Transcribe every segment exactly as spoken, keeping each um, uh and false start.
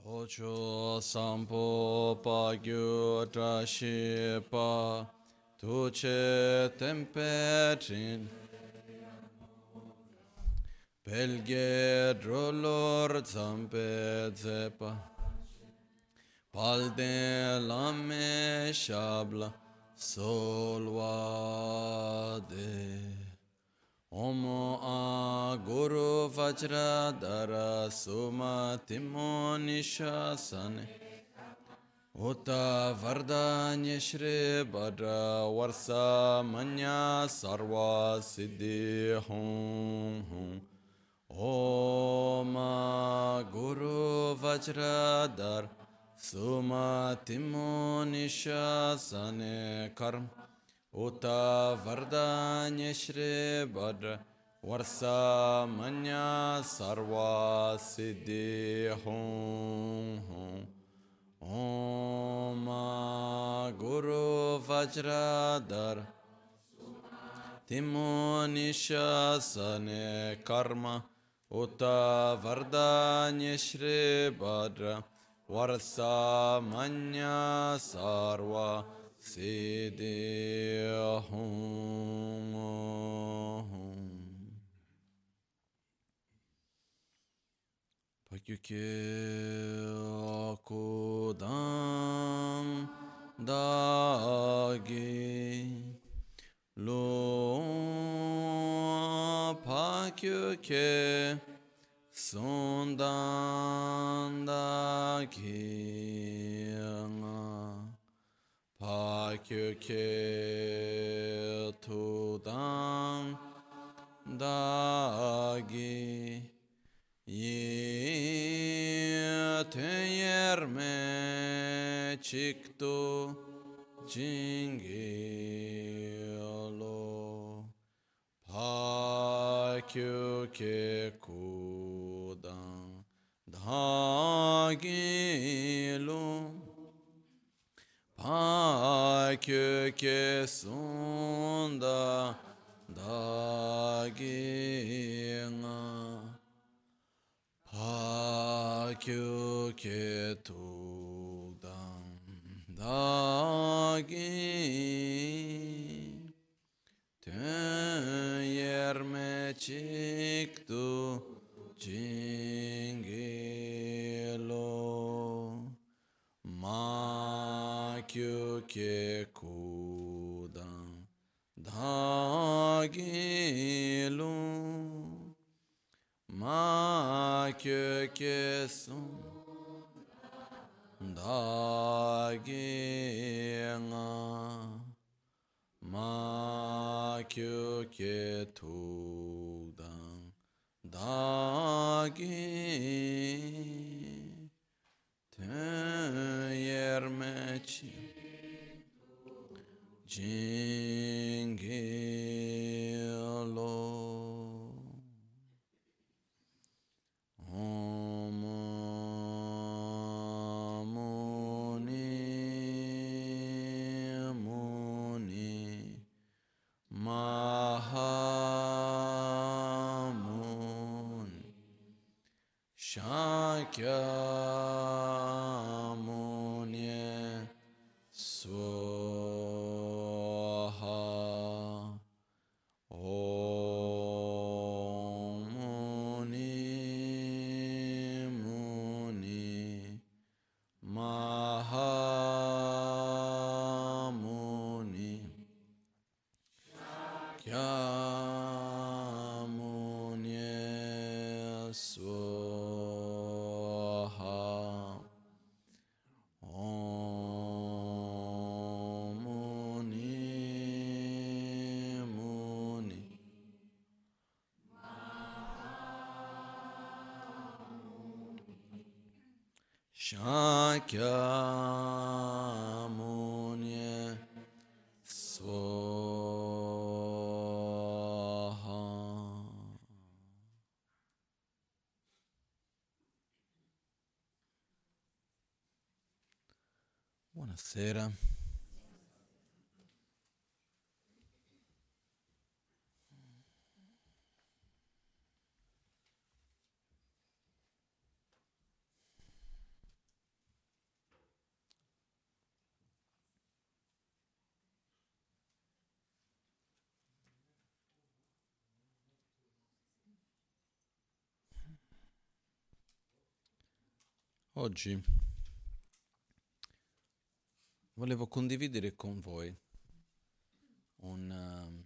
Tocho sampo pa gyu trashi pa tuche tempe trin pelge drolor zampe zepa palde lame shabla solvade Omo a guru vajra dara suma timo nishasane Uta vardanya shri badra varsa manya sarva siddhi hum hum Om a guru vajra dara suma timo nishasane karma Uta vardanya shri badra varsa manya sarva siddhi hum hum Om Guru Vajradhar Timo Nishasane Karma Uta Vardanya Shri Badra Varsa Manya Sarva Siddhi Hum Pakyuke Akudam Dagi Lo Pakyuke Sundan Dagi Pakyuke Tudam Dagi Ye teyerme çıktı cingelo pakyuke kudan dagilo pakyuke sunda dagina Pakyuke tudam dagi Teyerme çıktı cingelo Makyuke kudam dagilo Ma köke sun dagina Ma köke tudan dagi Teyermeçi cingelo Om Muni Muni Mahamuni Shakyamuni Swaha Om Muni Muni Mahamuni Shakyamuni Swaha Om Muni Muni Shakyamuni Swaha Buonasera. Oggi volevo condividere con voi un, um,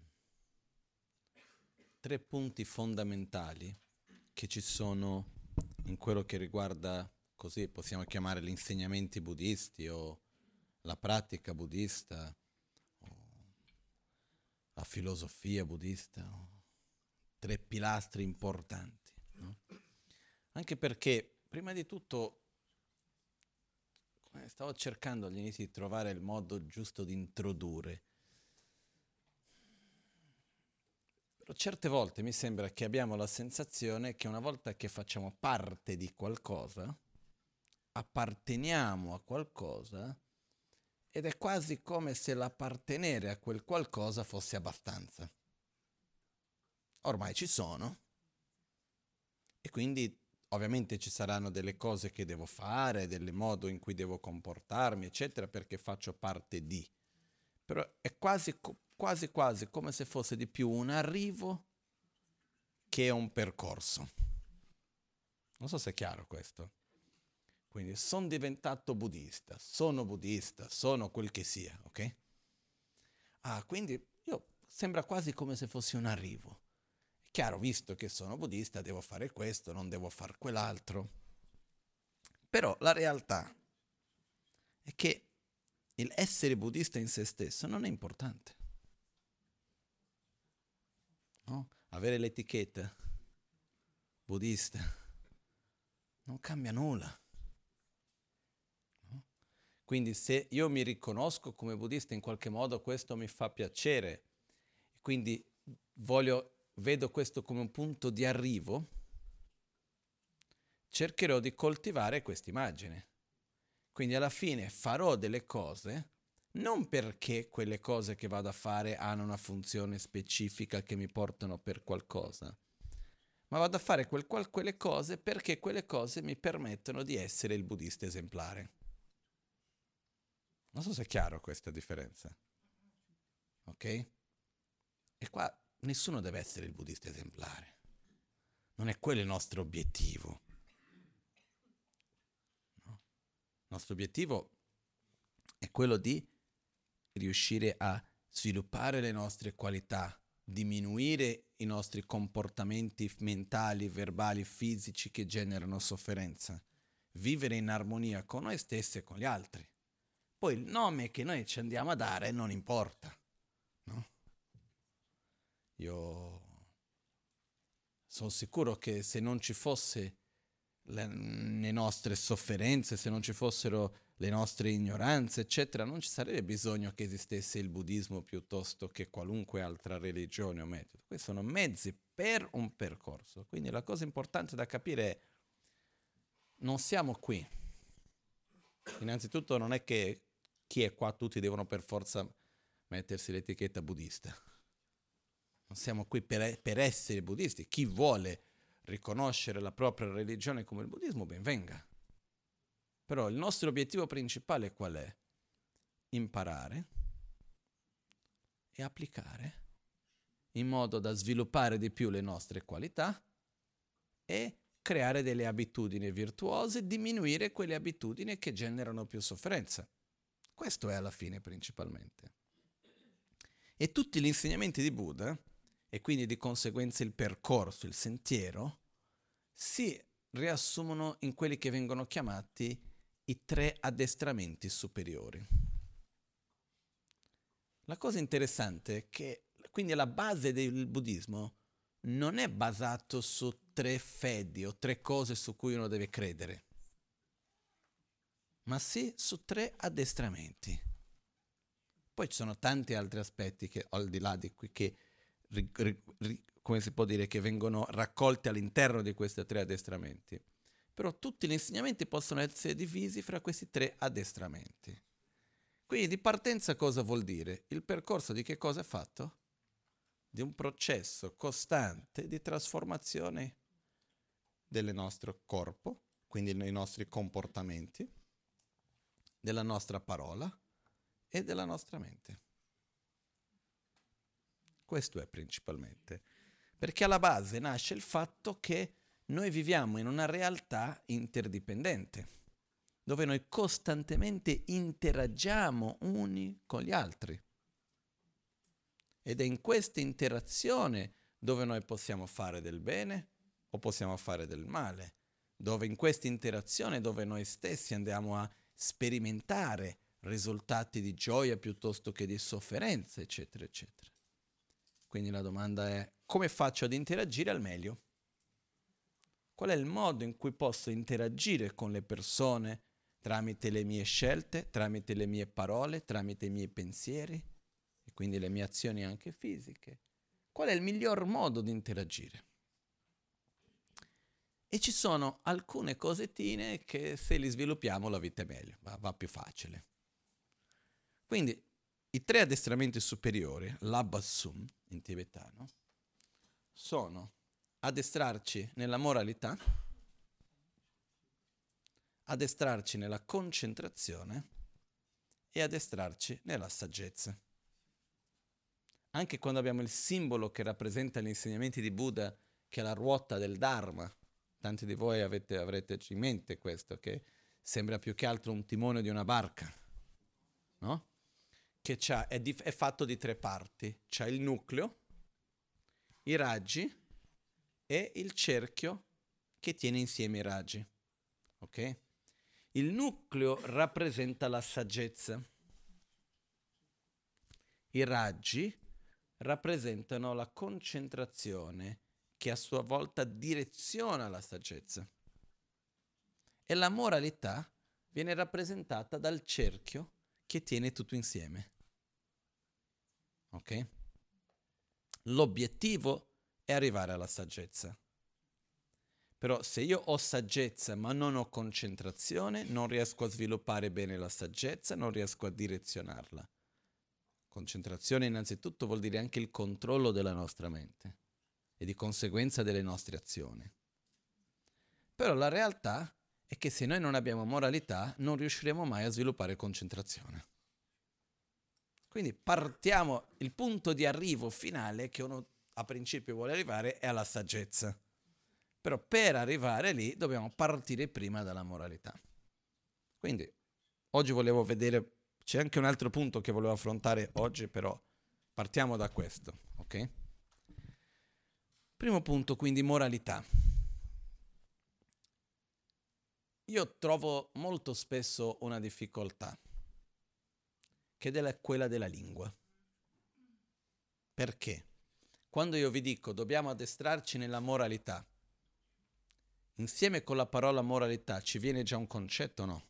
tre punti fondamentali che ci sono in quello che riguarda, così possiamo chiamare, gli insegnamenti buddisti o la pratica buddista o la filosofia buddista, o tre pilastri importanti, no? Anche perché, prima di tutto, stavo cercando all'inizio di trovare il modo giusto di introdurre. Però certe volte mi sembra che abbiamo la sensazione che una volta che facciamo parte di qualcosa, apparteniamo a qualcosa, ed è quasi come se l'appartenere a quel qualcosa fosse abbastanza. Ormai ci sono, e quindi ovviamente ci saranno delle cose che devo fare, del modo in cui devo comportarmi, eccetera, perché faccio parte di. Però è quasi, quasi, quasi come se fosse di più un arrivo che un percorso. Non so se è chiaro questo. Quindi sono diventato buddista, sono buddista, sono quel che sia, ok? Ah, quindi io sembra quasi come se fosse un arrivo. Chiaro, visto che sono buddista, devo fare questo, non devo fare quell'altro. Però la realtà è che il essere buddista in se stesso non è importante. No? Avere l'etichetta buddista non cambia nulla. No? Quindi se io mi riconosco come buddista, in qualche modo questo mi fa piacere. Quindi voglio... vedo questo come un punto di arrivo, cercherò di coltivare questa immagine. Quindi alla fine farò delle cose, non perché quelle cose che vado a fare hanno una funzione specifica che mi portano per qualcosa, ma vado a fare quel, qual, quelle cose perché quelle cose mi permettono di essere il buddista esemplare. Non so se è chiaro questa differenza. Ok? E qua nessuno deve essere il buddista esemplare. Non è quello il nostro obiettivo. No? Il nostro obiettivo è quello di riuscire a sviluppare le nostre qualità, diminuire i nostri comportamenti mentali, verbali, fisici che generano sofferenza, vivere in armonia con noi stessi e con gli altri. Poi il nome che noi ci andiamo a dare non importa. No? Io sono sicuro che se non ci fosse le, le nostre sofferenze, se non ci fossero le nostre ignoranze, eccetera, non ci sarebbe bisogno che esistesse il buddismo piuttosto che qualunque altra religione o metodo. Questi sono mezzi per un percorso. Quindi la cosa importante da capire è: non siamo qui. Innanzitutto non è che chi è qua tutti devono per forza mettersi l'etichetta buddista. Non siamo qui per, per essere buddisti. Chi vuole riconoscere la propria religione come il buddismo, ben venga. Però il nostro obiettivo principale qual è? Imparare e applicare in modo da sviluppare di più le nostre qualità e creare delle abitudini virtuose, diminuire quelle abitudini che generano più sofferenza. Questo è alla fine principalmente. E tutti gli insegnamenti di Buddha, e quindi di conseguenza il percorso, il sentiero, si riassumono in quelli che vengono chiamati i tre addestramenti superiori. La cosa interessante è che quindi la base del buddismo non è basato su tre fedi o tre cose su cui uno deve credere, ma sì su tre addestramenti. Poi ci sono tanti altri aspetti che, al di là di qui, che ri, ri, ri, come si può dire, che vengono raccolti all'interno di questi tre addestramenti. Però tutti gli insegnamenti possono essere divisi fra questi tre addestramenti. Quindi di partenza cosa vuol dire? Il percorso di che cosa è fatto? Di un processo costante di trasformazione del nostro corpo, quindi dei nostri comportamenti, della nostra parola e della nostra mente. Questo è principalmente. Perché alla base nasce il fatto che noi viviamo in una realtà interdipendente. dove noi costantemente interagiamo uni con gli altri. Ed è in questa interazione dove noi possiamo fare del bene o possiamo fare del male, dove in questa interazione dove noi stessi andiamo a sperimentare risultati di gioia piuttosto che di sofferenza, eccetera, eccetera. Quindi la domanda è: come faccio ad interagire al meglio? Qual è il modo in cui posso interagire con le persone tramite le mie scelte, tramite le mie parole, tramite i miei pensieri e quindi le mie azioni anche fisiche? Qual è il miglior modo di interagire? E ci sono alcune cosettine che se li sviluppiamo la vita è meglio, va, va più facile. Quindi i tre addestramenti superiori, l'Abbasum in tibetano, sono addestrarci nella moralità, addestrarci nella concentrazione e addestrarci nella saggezza. Anche quando abbiamo il simbolo che rappresenta gli insegnamenti di Buddha, che è la ruota del Dharma, tanti di voi avete, avrete in mente questo, che sembra più che altro un timone di una barca, no? Che c'ha, è, di, è fatto di tre parti. C'ha il nucleo, i raggi e il cerchio che tiene insieme i raggi. Ok? Il nucleo rappresenta la saggezza. I raggi rappresentano la concentrazione che a sua volta direziona la saggezza. E la moralità viene rappresentata dal cerchio che tiene tutto insieme. Ok? L'obiettivo è arrivare alla saggezza. Però se io ho saggezza ma non ho concentrazione, non riesco a sviluppare bene la saggezza, non riesco a direzionarla. Concentrazione innanzitutto vuol dire anche il controllo della nostra mente e di conseguenza delle nostre azioni. Però la realtà è che se noi non abbiamo moralità non riusciremo mai a sviluppare concentrazione. Quindi partiamo, il punto di arrivo finale che uno a principio vuole arrivare è alla saggezza. Però per arrivare lì dobbiamo partire prima dalla moralità. Quindi oggi volevo vedere, c'è anche un altro punto che volevo affrontare oggi, però partiamo da questo, ok? Primo punto, quindi moralità. Io trovo molto spesso una difficoltà, che è quella della lingua. Perché? Quando io vi dico dobbiamo addestrarci nella moralità, insieme con la parola moralità ci viene già un concetto o no?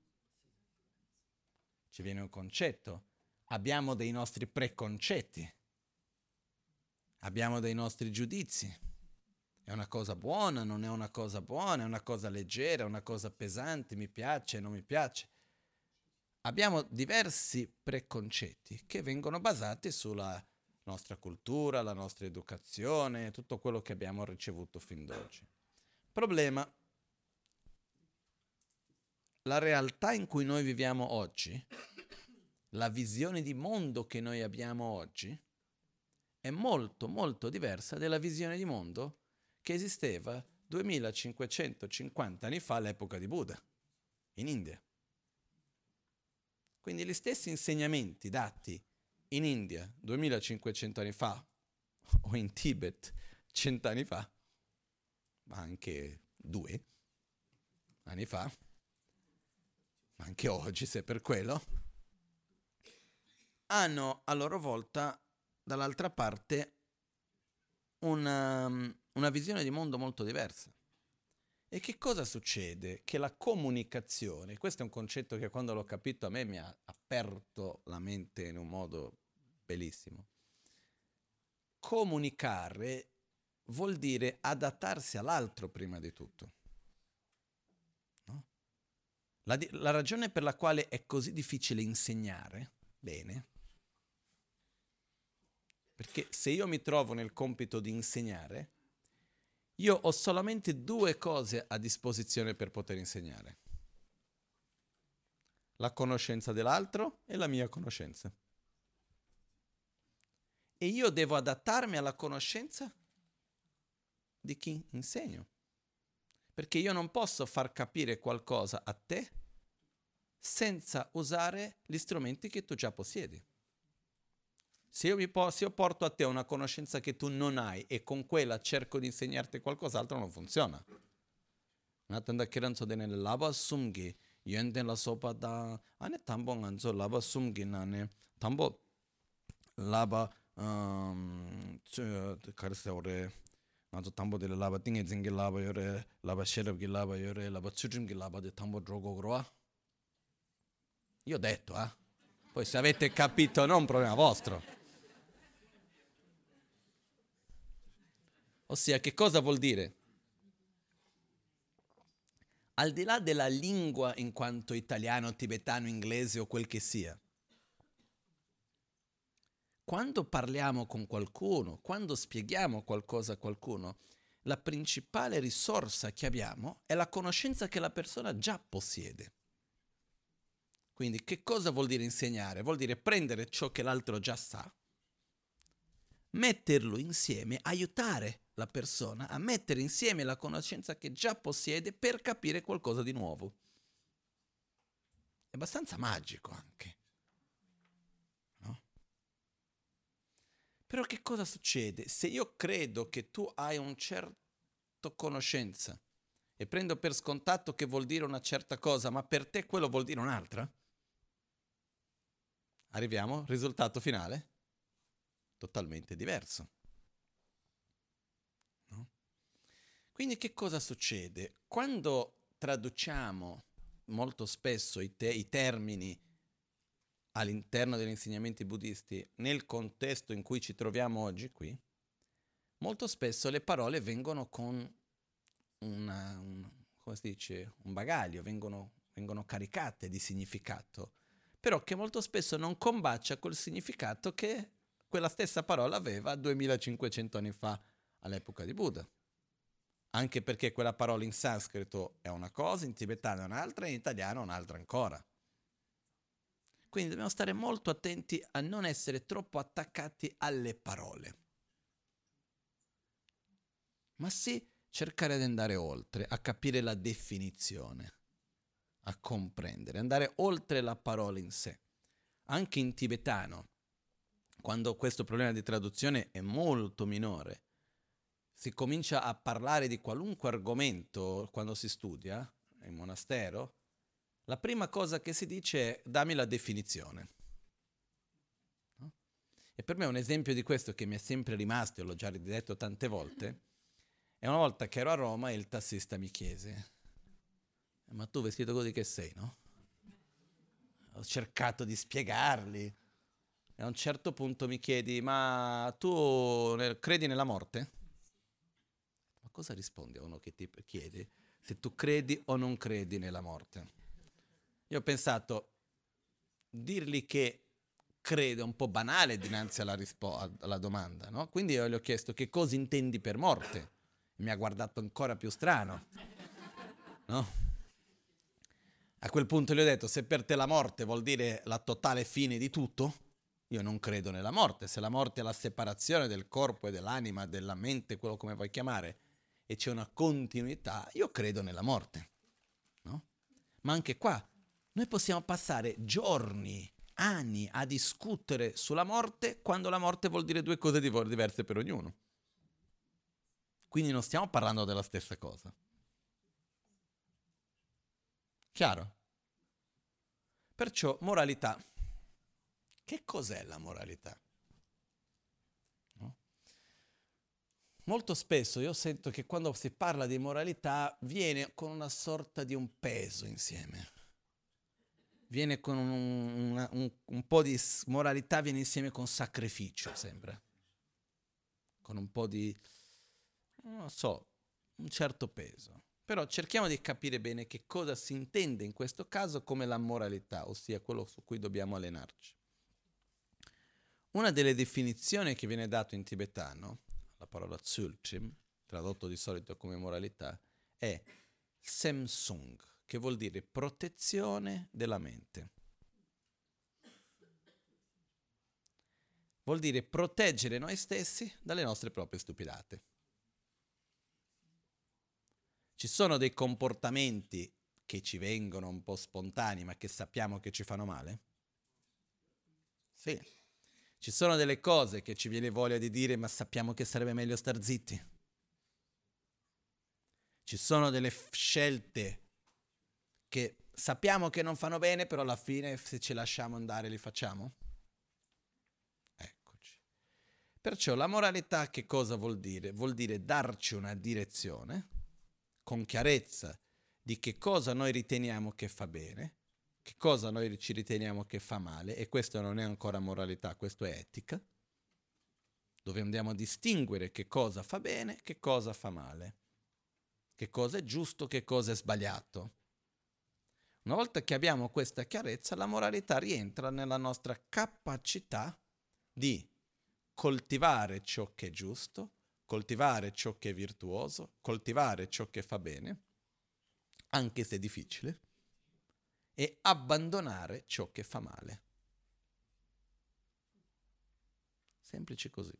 Ci viene un concetto. Abbiamo dei nostri preconcetti. Abbiamo dei nostri giudizi. È una cosa buona, non è una cosa buona, è una cosa leggera, è una cosa pesante, mi piace, non mi piace. Abbiamo diversi preconcetti che vengono basati sulla nostra cultura, la nostra educazione, tutto quello che abbiamo ricevuto fin d'oggi. Problema: la realtà in cui noi viviamo oggi, la visione di mondo che noi abbiamo oggi, è molto molto diversa dalla visione di mondo che esisteva duemilacinquecentocinquanta anni fa all'epoca di Buddha, in India. Quindi gli stessi insegnamenti dati in India duemilacinquecento anni fa o in Tibet cent'anni fa, ma anche due anni fa, ma anche oggi se per quello, hanno a loro volta dall'altra parte una, una visione di mondo molto diversa. E che cosa succede? Che la comunicazione, questo è un concetto che quando l'ho capito a me mi ha aperto la mente in un modo bellissimo. Comunicare vuol dire adattarsi all'altro prima di tutto. No? La, la ragione per la quale è così difficile insegnare bene, perché se io mi trovo nel compito di insegnare, io ho solamente due cose a disposizione per poter insegnare: la conoscenza dell'altro e la mia conoscenza. E io devo adattarmi alla conoscenza di chi insegno, perché io non posso far capire qualcosa a te senza usare gli strumenti che tu già possiedi. Se io, mi po- se io porto a te una conoscenza che tu non hai e con quella cerco di insegnarti qualcos'altro, non funziona. Natanda kiranzo dene laba sumgi yende la sopa da ane tambo nganzo laba sumgi nane tambo laba karse ore nganzo tambo dele laba tinge zingi laba yore laba sherabgi laba yore laba tsujimgi laba de tambo drogo groa. Io ho detto, eh? Poi se avete capito non è un problema vostro. Ossia, che cosa vuol dire? Al di là della lingua in quanto italiano, tibetano, inglese o quel che sia, quando parliamo con qualcuno, quando spieghiamo qualcosa a qualcuno, la principale risorsa che abbiamo è la conoscenza che la persona già possiede. Quindi che cosa vuol dire insegnare? Vuol dire prendere ciò che l'altro già sa, metterlo insieme, aiutare la persona a mettere insieme la conoscenza che già possiede per capire qualcosa di nuovo. È abbastanza magico anche. No? Però che cosa succede? Se io credo che tu hai un certo conoscenza e prendo per scontato che vuol dire una certa cosa, ma per te quello vuol dire un'altra, arriviamo, risultato finale? Totalmente diverso. No? Quindi che cosa succede? Quando traduciamo molto spesso i, te- i termini all'interno degli insegnamenti buddisti nel contesto in cui ci troviamo oggi qui, molto spesso le parole vengono con una, un, come si dice, un bagaglio, vengono, vengono caricate di significato, però che molto spesso non combacia col significato che quella stessa parola aveva duemilacinquecento anni fa all'epoca di Buddha. Anche perché quella parola in sanscrito è una cosa, in tibetano è un'altra e in italiano un'altra ancora. Quindi dobbiamo stare molto attenti a non essere troppo attaccati alle parole, ma sì cercare di andare oltre, a capire la definizione, a comprendere, andare oltre la parola in sé. Anche in tibetano, quando questo problema di traduzione è molto minore, si comincia a parlare di qualunque argomento quando si studia in monastero, la prima cosa che si dice è dammi la definizione. No? E per me un esempio di questo che mi è sempre rimasto, e l'ho già ridetto tante volte, è una volta che ero a Roma e il tassista mi chiese ma tu vestito così che sei, no? Ho cercato di spiegargli e a un certo punto mi chiedi ma tu credi nella morte? Ma cosa rispondi a uno che ti chiede se tu credi o non credi nella morte? Io ho pensato, dirgli che credo è un po' banale dinanzi alla, rispo- alla domanda, no? Quindi io gli ho chiesto che cosa intendi per morte. E mi ha guardato ancora più strano, no? A quel punto gli ho detto, se per te la morte vuol dire la totale fine di tutto, io non credo nella morte. Se la morte è la separazione del corpo e dell'anima, della mente, quello come vuoi chiamare, e c'è una continuità, io credo nella morte, no? Ma anche qua, noi possiamo passare giorni, anni a discutere sulla morte quando la morte vuol dire due cose diverse per ognuno. Quindi non stiamo parlando della stessa cosa. Chiaro? Perciò, moralità. Che cos'è la moralità? No? Molto spesso io sento che quando si parla di moralità viene con una sorta di un peso insieme. Viene con un, una, un, un po' di moralità, viene insieme con sacrificio, sembra. Con un po' di, non so, un certo peso. Però cerchiamo di capire bene che cosa si intende in questo caso come la moralità, ossia quello su cui dobbiamo allenarci. Una delle definizioni che viene dato in tibetano, la parola tsulchim, tradotto di solito come moralità, è semsung, che vuol dire protezione della mente. Vuol dire proteggere noi stessi dalle nostre proprie stupidate. Ci sono dei comportamenti che ci vengono un po' spontanei, ma che sappiamo che ci fanno male? Sì. Ci sono delle cose che ci viene voglia di dire, ma sappiamo che sarebbe meglio star zitti. Ci sono delle f- scelte che sappiamo che non fanno bene, però alla fine se ci lasciamo andare li facciamo? Eccoci. Perciò la moralità che cosa vuol dire? Vuol dire darci una direzione con chiarezza di che cosa noi riteniamo che fa bene, che cosa noi ci riteniamo che fa male, e questo non è ancora moralità, questo è etica, dove andiamo a distinguere che cosa fa bene, che cosa fa male, che cosa è giusto, che cosa è sbagliato. Una volta che abbiamo questa chiarezza, la moralità rientra nella nostra capacità di coltivare ciò che è giusto, coltivare ciò che è virtuoso, coltivare ciò che fa bene, anche se è difficile, e abbandonare ciò che fa male. Semplice così.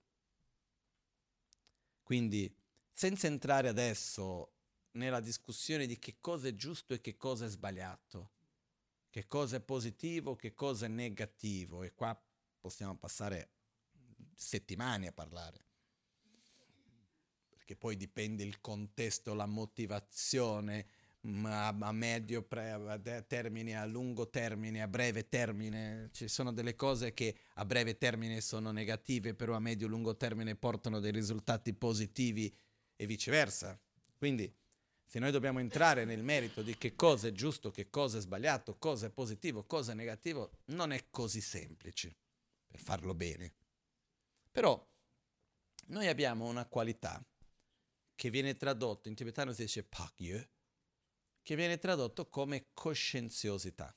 Quindi, senza entrare adesso nella discussione di che cosa è giusto e che cosa è sbagliato, che cosa è positivo, che cosa è negativo, e qua possiamo passare settimane a parlare, perché poi dipende il contesto, la motivazione, a, a medio pre, a termine, a lungo termine, a breve termine. Ci sono delle cose che a breve termine sono negative, però a medio-lungo termine portano dei risultati positivi e viceversa. Quindi se noi dobbiamo entrare nel merito di che cosa è giusto, che cosa è sbagliato, cosa è positivo, cosa è negativo, non è così semplice per farlo bene. Però noi abbiamo una qualità che viene tradotto, in tibetano si dice pakye, che viene tradotto come coscienziosità.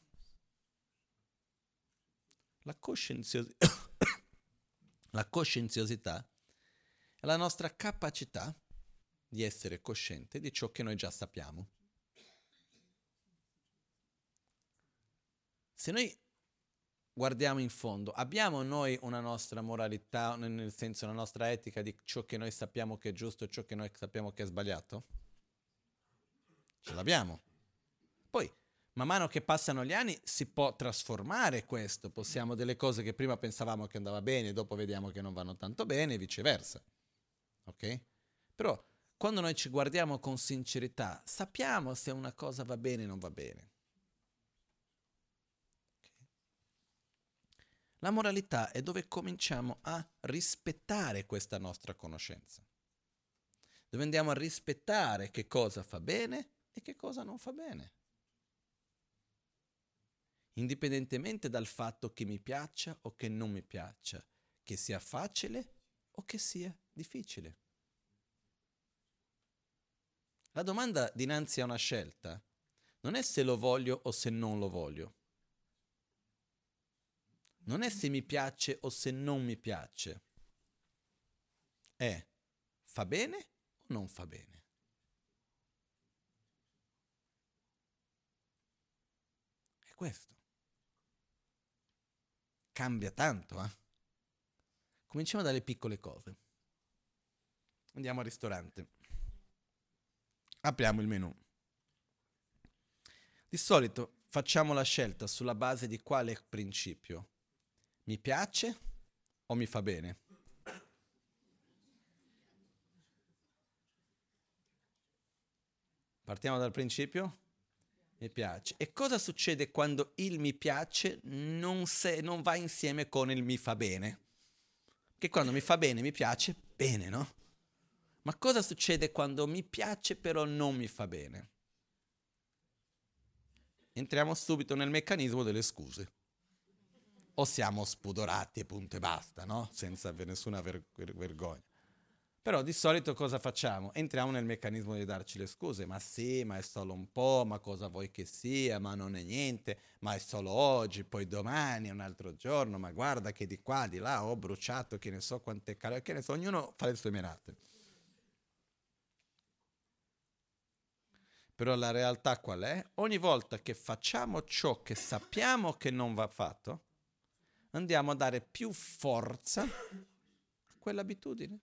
La, coscienziosi- la coscienziosità è la nostra capacità di essere cosciente di ciò che noi già sappiamo. Se noi guardiamo in fondo, abbiamo noi una nostra moralità, nel senso una nostra etica di ciò che noi sappiamo che è giusto e ciò che noi sappiamo che è sbagliato? Ce l'abbiamo. Poi, man mano che passano gli anni, si può trasformare questo. Possiamo delle cose che prima pensavamo che andava bene, dopo vediamo che non vanno tanto bene, e viceversa. Ok? Però, quando noi ci guardiamo con sincerità, sappiamo se una cosa va bene o non va bene. La moralità è dove cominciamo a rispettare questa nostra conoscenza, dove andiamo a rispettare che cosa fa bene e che cosa non fa bene, indipendentemente dal fatto che mi piaccia o che non mi piaccia, che sia facile o che sia difficile. La domanda dinanzi a una scelta non è se lo voglio o se non lo voglio. Non è se mi piace o se non mi piace. È fa bene o non fa bene? È questo. Cambia tanto, eh? Cominciamo dalle piccole cose. Andiamo al ristorante. Apriamo il menù. Di solito facciamo la scelta sulla base di quale principio? Mi piace o mi fa bene? Partiamo dal principio? Mi piace. E cosa succede quando il mi piace non, se, non va insieme con il mi fa bene? Che quando mi fa bene, mi piace, bene, no? Ma cosa succede quando mi piace però non mi fa bene? Entriamo subito nel meccanismo delle scuse. O siamo spudorati e punto e basta, no? Senza nessuna ver- ver- vergogna. Però di solito cosa facciamo? Entriamo nel meccanismo di darci le scuse, ma sì, ma è solo un po', ma cosa vuoi che sia, ma non è niente, ma è solo oggi, poi domani è un altro giorno, ma guarda che di qua, di là ho bruciato, che ne so quante calorie, che ne so, ognuno fa le sue menate. Però la realtà qual è? Ogni volta che facciamo ciò che sappiamo che non va fatto, andiamo a dare più forza a quell'abitudine.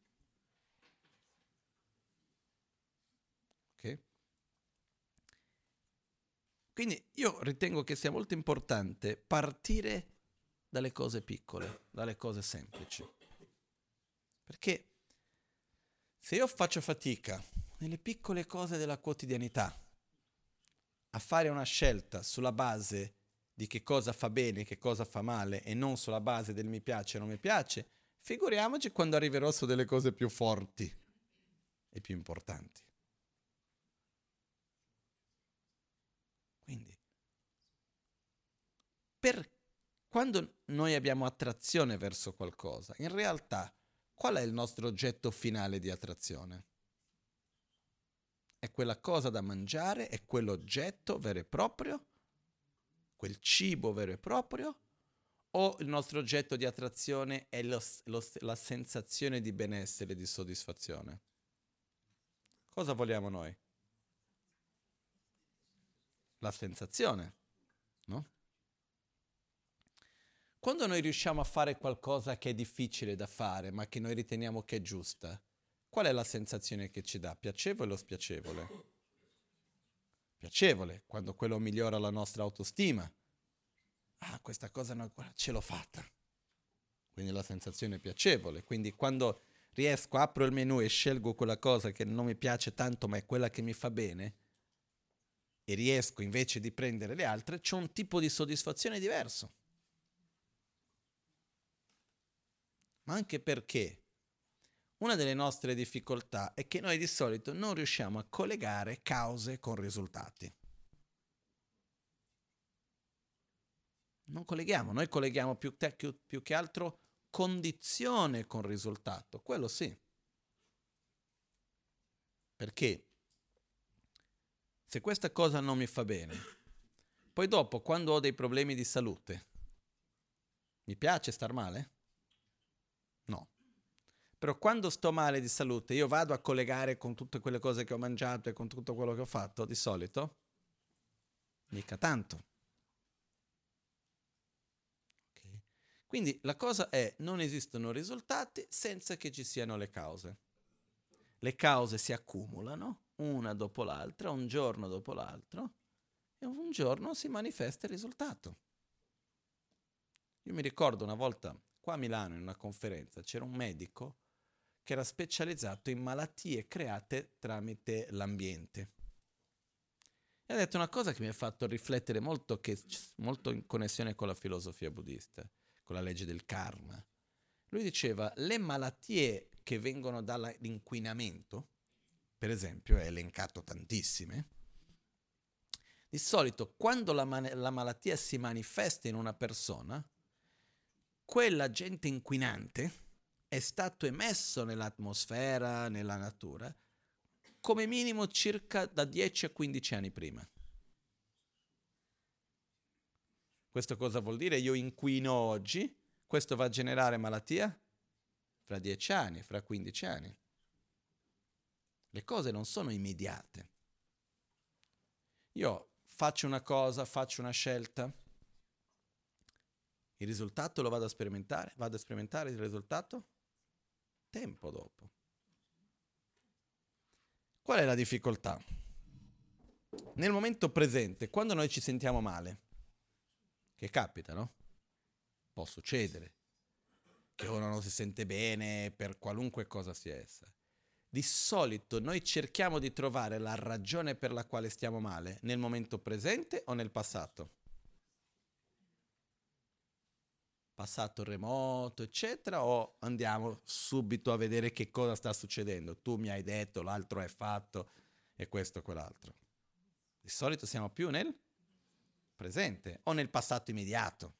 Ok? Quindi io ritengo che sia molto importante partire dalle cose piccole, dalle cose semplici. Perché se io faccio fatica nelle piccole cose della quotidianità a fare una scelta sulla base di che cosa fa bene, che cosa fa male e non sulla base del mi piace o non mi piace, figuriamoci quando arriverò su delle cose più forti e più importanti. Quindi, per quando noi abbiamo attrazione verso qualcosa, in realtà qual è il nostro oggetto finale di attrazione? È quella cosa da mangiare, è quell'oggetto vero e proprio, quel cibo vero e proprio, o il nostro oggetto di attrazione è lo, lo, la sensazione di benessere, di soddisfazione? Cosa vogliamo noi? La sensazione, no? Quando noi riusciamo a fare qualcosa che è difficile da fare, ma che noi riteniamo che è giusta, qual è la sensazione che ci dà? Piacevole o spiacevole? Piacevole, quando quello migliora la nostra autostima. Ah, questa cosa no, ce l'ho fatta. Quindi la sensazione è piacevole. Quindi quando riesco, apro il menu e scelgo quella cosa che non mi piace tanto, ma è quella che mi fa bene, e riesco invece di prendere le altre, c'è un tipo di soddisfazione diverso. Ma anche perché una delle nostre difficoltà è che noi di solito non riusciamo a collegare cause con risultati. Non colleghiamo, noi colleghiamo più, te, più, più che altro condizione con risultato, quello sì. Perché se questa cosa non mi fa bene, poi dopo quando ho dei problemi di salute, mi piace star male? No. Però quando sto male di salute, io vado a collegare con tutte quelle cose che ho mangiato e con tutto quello che ho fatto, di solito? Mica tanto. Okay. Quindi la cosa è, non esistono risultati senza che ci siano le cause. Le cause si accumulano, una dopo l'altra, un giorno dopo l'altro, e un giorno si manifesta il risultato. Io mi ricordo una volta, qua a Milano, in una conferenza, c'era un medico che era specializzato in malattie create tramite l'ambiente. E ha detto una cosa che mi ha fatto riflettere molto, che, molto in connessione con la filosofia buddista, con la legge del karma. Lui diceva, le malattie che vengono dall'inquinamento, per esempio, è elencato tantissime, di solito quando la, man- la malattia si manifesta in una persona, quell'agente inquinante è stato emesso nell'atmosfera, nella natura, come minimo circa da dieci a quindici anni prima. Questo cosa vuol dire? Io inquino oggi, questo va a generare malattia fra dieci anni, fra quindici anni. Le cose non sono immediate. Io faccio una cosa, faccio una scelta, il risultato lo vado a sperimentare, vado a sperimentare il risultato tempo dopo. Qual è la difficoltà? Nel momento presente, quando noi ci sentiamo male, che capita, no? Può succedere che uno non si sente bene per qualunque cosa sia essa. Di solito noi cerchiamo di trovare la ragione per la quale stiamo male nel momento presente o nel passato? Passato remoto, eccetera, o andiamo subito a vedere che cosa sta succedendo? Tu mi hai detto, l'altro è fatto e questo e quell'altro. Di solito siamo più nel presente o nel passato immediato.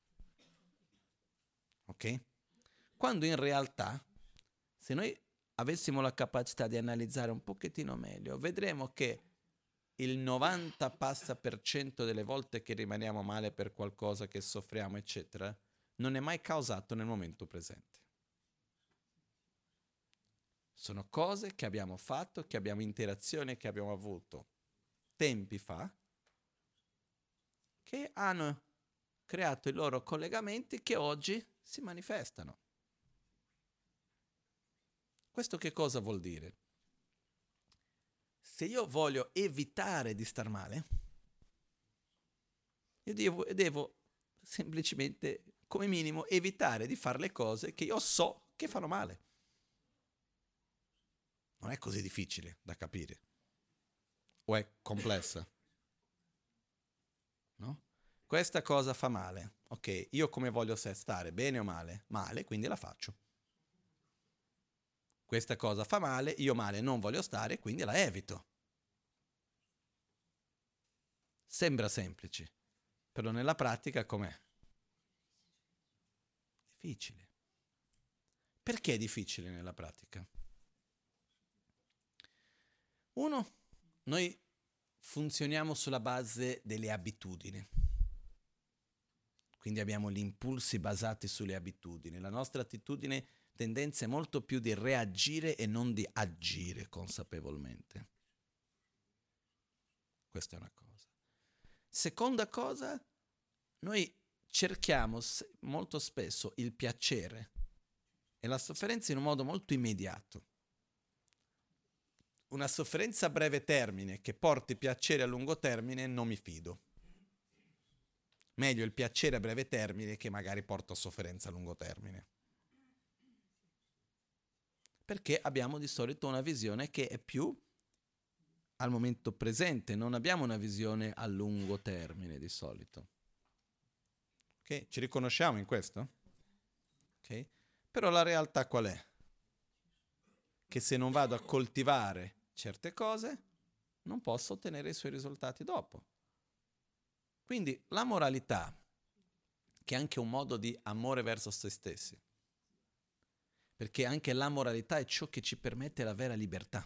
Ok? Quando in realtà, se noi avessimo la capacità di analizzare un pochettino meglio, vedremo che il novanta passa per cento delle volte che rimaniamo male per qualcosa che soffriamo, eccetera, non è mai causato nel momento presente. Sono cose che abbiamo fatto, che abbiamo interazioni che abbiamo avuto tempi fa, che hanno creato i loro collegamenti che oggi si manifestano. Questo che cosa vuol dire? Se io voglio evitare di star male, Io devo, devo semplicemente, come minimo, evitare di fare le cose che io so che fanno male. Non è così difficile da capire. O è complessa? No? Questa cosa fa male. Ok, io come voglio stare? Bene o male? Male, quindi la faccio. Questa cosa fa male, io male non voglio stare, quindi la evito. Sembra semplice, però nella pratica com'è? Difficile. Perché è difficile nella pratica? Uno, noi funzioniamo sulla base delle abitudini. Quindi abbiamo gli impulsi basati sulle abitudini. La nostra attitudine, tendenza è molto più di reagire e non di agire consapevolmente. Questa è una cosa. Seconda cosa, noi cerchiamo molto spesso il piacere e la sofferenza in un modo molto immediato. Una sofferenza a breve termine che porti piacere a lungo termine non mi fido. Meglio il piacere a breve termine che magari porta sofferenza a lungo termine. Perché abbiamo di solito una visione che è più al momento presente, non abbiamo una visione a lungo termine di solito. Ok? Ci riconosciamo in questo? Ok? Però la realtà qual è? Che se non vado a coltivare certe cose, non posso ottenere i suoi risultati dopo. Quindi la moralità, che è anche un modo di amore verso se stessi, perché anche la moralità è ciò che ci permette la vera libertà.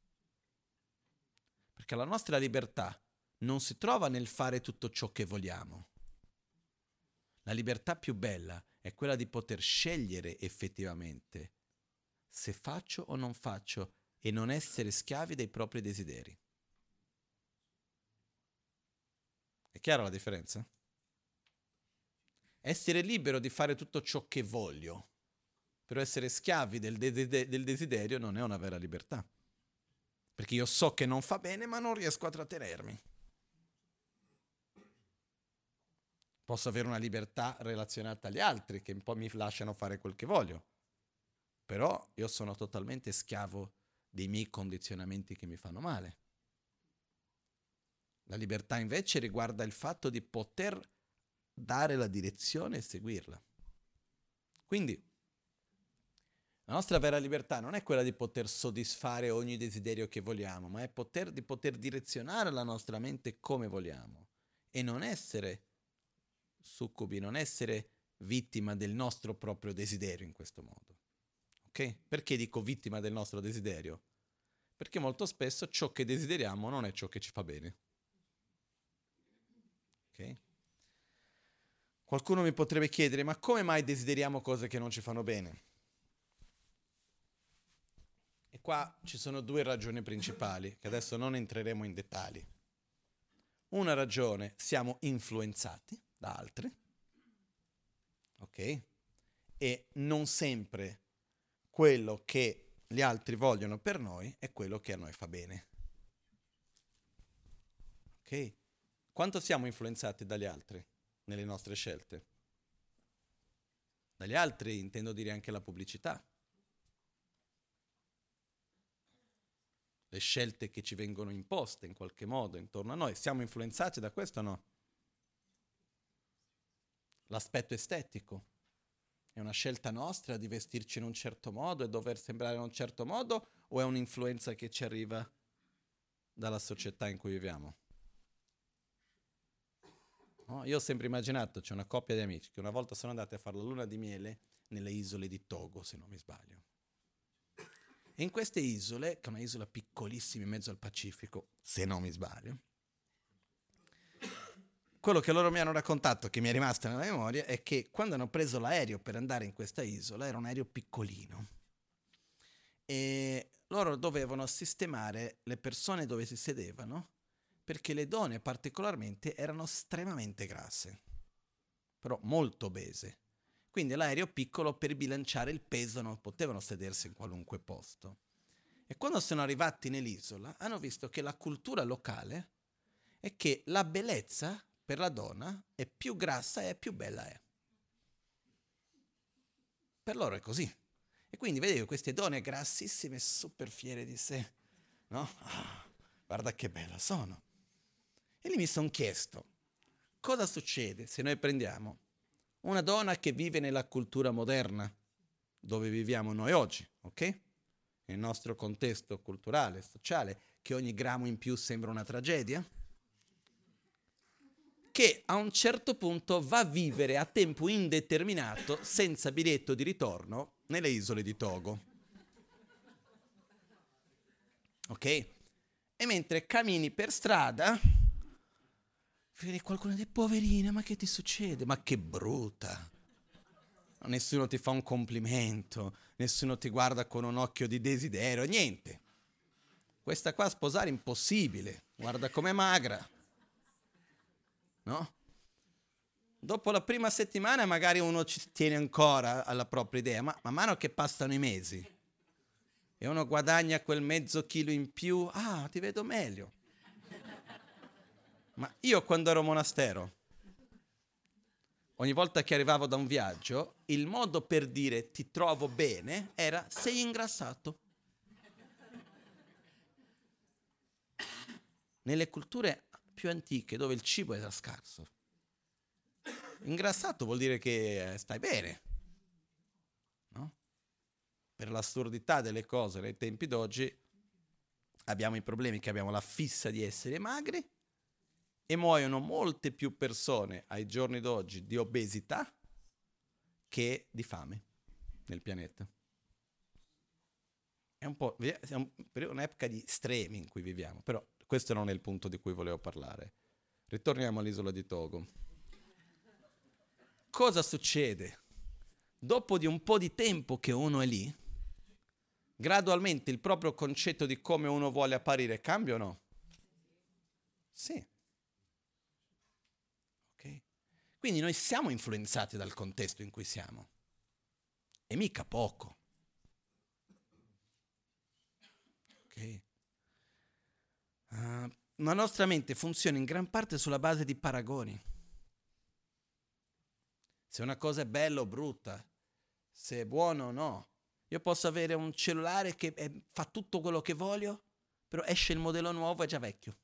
Perché la nostra libertà non si trova nel fare tutto ciò che vogliamo. La libertà più bella è quella di poter scegliere effettivamente se faccio o non faccio e non essere schiavi dei propri desideri. È chiara la differenza? Essere libero di fare tutto ciò che voglio, però essere schiavi del, de- de- del desiderio non è una vera libertà. Perché io so che non fa bene, ma non riesco a trattenermi. Posso avere una libertà relazionata agli altri, che un po' mi lasciano fare quel che voglio. Però io sono totalmente schiavo dei miei condizionamenti che mi fanno male. La libertà invece riguarda il fatto di poter dare la direzione e seguirla. Quindi la nostra vera libertà non è quella di poter soddisfare ogni desiderio che vogliamo, ma è poter, di poter direzionare la nostra mente come vogliamo e non essere succubi, non essere vittima del nostro proprio desiderio in questo modo. Ok? Perché dico vittima del nostro desiderio? Perché molto spesso ciò che desideriamo non è ciò che ci fa bene. Ok? Qualcuno mi potrebbe chiedere, ma come mai desideriamo cose che non ci fanno bene? E qua ci sono due ragioni principali, che adesso non entreremo in dettagli. Una ragione, siamo influenzati da altri, ok? E non sempre quello che gli altri vogliono per noi è quello che a noi fa bene. Ok? Quanto siamo influenzati dagli altri nelle nostre scelte? Dagli altri intendo dire anche la pubblicità. Le scelte che ci vengono imposte in qualche modo intorno a noi. Siamo influenzati da questo o no? L'aspetto estetico. È una scelta nostra di vestirci in un certo modo e dover sembrare in un certo modo o è un'influenza che ci arriva dalla società in cui viviamo? No? Io ho sempre immaginato, c'è una coppia di amici che una volta sono andati a fare la luna di miele nelle isole di Togo, se non mi sbaglio. E in queste isole, che è una isola piccolissima in mezzo al Pacifico, se non mi sbaglio, quello che loro mi hanno raccontato, che mi è rimasto nella memoria, è che quando hanno preso l'aereo per andare in questa isola, era un aereo piccolino, e loro dovevano sistemare le persone dove si sedevano, perché le donne particolarmente erano estremamente grasse, però molto obese. Quindi l'aereo piccolo, per bilanciare il peso, non potevano sedersi in qualunque posto. E quando sono arrivati nell'isola, hanno visto che la cultura locale è che la bellezza per la donna è più grassa è, più bella è. Per loro è così. E quindi vedevo queste donne grassissime, super fiere di sé, no? Ah, guarda che bella sono. E lì mi sono chiesto, cosa succede se noi prendiamo una donna che vive nella cultura moderna, dove viviamo noi oggi, ok? Nel nostro contesto culturale, sociale, che ogni grammo in più sembra una tragedia, che a un certo punto va a vivere a tempo indeterminato, senza biglietto di ritorno, nelle isole di Togo. Ok? E mentre cammini per strada, vedi qualcuno di poverina, ma che ti succede? Ma che brutta! Nessuno ti fa un complimento, nessuno ti guarda con un occhio di desiderio, niente. Questa qua sposare è impossibile, guarda com'è magra. No? Dopo la prima settimana magari uno ci tiene ancora alla propria idea, ma man mano che passano i mesi e uno guadagna quel mezzo chilo in più, ah, ti vedo meglio. Ma io quando ero monastero, ogni volta che arrivavo da un viaggio, il modo per dire ti trovo bene era sei ingrassato. Nelle culture più antiche, dove il cibo era scarso, ingrassato vuol dire che stai bene, no? Per l'assurdità delle cose nei tempi d'oggi abbiamo i problemi che abbiamo la fissa di essere magri e muoiono molte più persone ai giorni d'oggi di obesità che di fame nel pianeta. È un po' è un, è un'epoca di estremi in cui viviamo, però questo non è il punto di cui volevo parlare. Ritorniamo all'isola di Togo. Cosa succede? Dopo di un po' di tempo che uno è lì, gradualmente il proprio concetto di come uno vuole apparire cambia o no? Sì. Ok? Quindi noi siamo influenzati dal contesto in cui siamo. E mica poco. Ok? Uh, la nostra mente funziona in gran parte sulla base di paragoni. Se una cosa è bella o brutta, se è buono o no. Io posso avere un cellulare che è, fa tutto quello che voglio, però esce il modello nuovo e è già vecchio.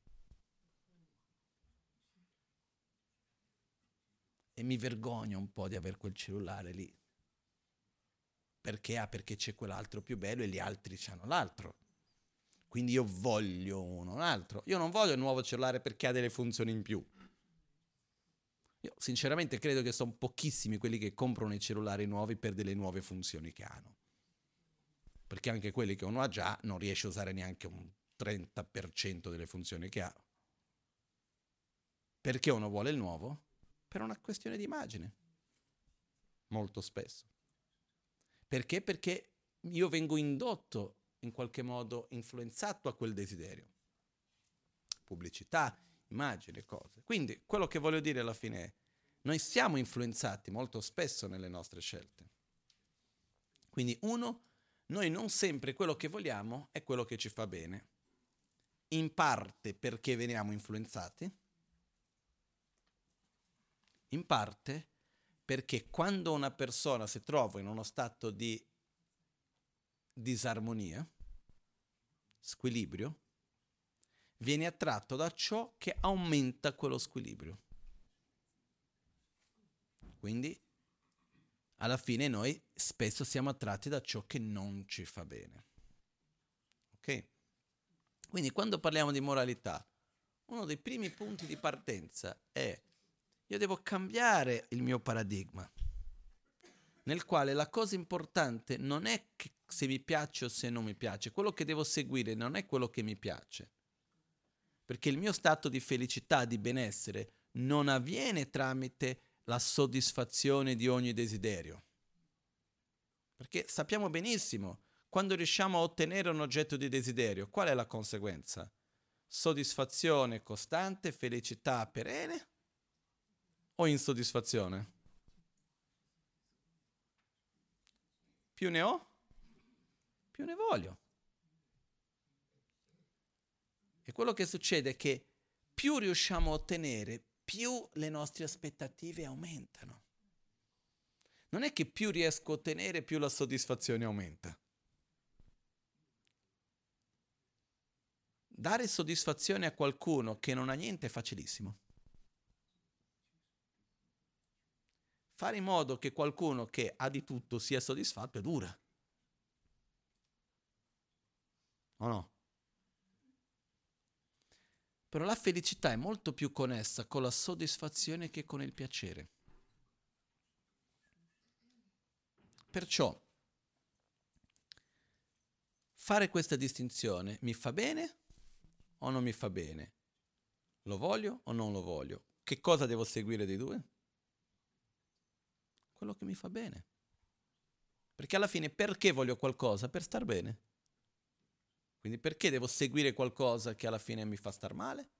E mi vergogno un po' di avere quel cellulare lì. Perché? Ah, perché c'è quell'altro più bello e gli altri hanno l'altro. Quindi io voglio uno, un altro. Io non voglio il nuovo cellulare perché ha delle funzioni in più. Io sinceramente credo che sono pochissimi quelli che comprano i cellulari nuovi per delle nuove funzioni che hanno. Perché anche quelli che uno ha già non riesce a usare neanche un trenta per cento delle funzioni che ha. Perché uno vuole il nuovo? Per una questione di immagine. Molto spesso. Perché? Perché io vengo indotto, in qualche modo influenzato a quel desiderio. Pubblicità, immagini, cose. Quindi quello che voglio dire alla fine è, noi siamo influenzati molto spesso nelle nostre scelte. Quindi uno, noi non sempre quello che vogliamo è quello che ci fa bene. In parte perché veniamo influenzati, in parte perché quando una persona si trova in uno stato di disarmonia, squilibrio, viene attratto da ciò che aumenta quello squilibrio. Quindi, alla fine noi spesso siamo attratti da ciò che non ci fa bene. Ok? Quindi, quando parliamo di moralità, uno dei primi punti di partenza è io devo cambiare il mio paradigma, nel quale la cosa importante non è che se mi piace o se non mi piace, quello che devo seguire non è quello che mi piace, perché il mio stato di felicità, di benessere, non avviene tramite la soddisfazione di ogni desiderio. Perché sappiamo benissimo, quando riusciamo a ottenere un oggetto di desiderio, qual è la conseguenza? Soddisfazione costante, felicità perenne o insoddisfazione? Più ne ho, più ne voglio. E quello che succede è che più riusciamo a ottenere, più le nostre aspettative aumentano. Non è che più riesco a ottenere, più la soddisfazione aumenta. Dare soddisfazione a qualcuno che non ha niente è facilissimo. Fare in modo che qualcuno che ha di tutto sia soddisfatto è dura. O no? Però la felicità è molto più connessa con la soddisfazione che con il piacere. Perciò, fare questa distinzione mi fa bene o non mi fa bene? Lo voglio o non lo voglio? Che cosa devo seguire dei due? Quello che mi fa bene. Perché alla fine perché voglio qualcosa? Per star bene. Quindi perché devo seguire qualcosa che alla fine mi fa star male?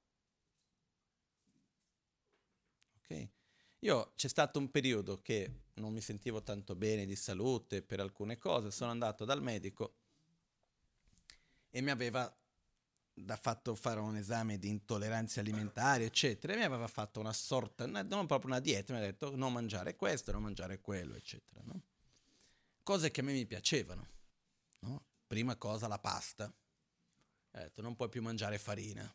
Ok? Io c'è stato un periodo che non mi sentivo tanto bene di salute per alcune cose, sono andato dal medico e mi aveva da fatto fare un esame di intolleranze alimentari, eccetera, e mi aveva fatto una sorta, non proprio una dieta, mi ha detto non mangiare questo, non mangiare quello, eccetera, no? Cose che a me mi piacevano, no? Prima cosa la pasta, ha detto non puoi più mangiare farina.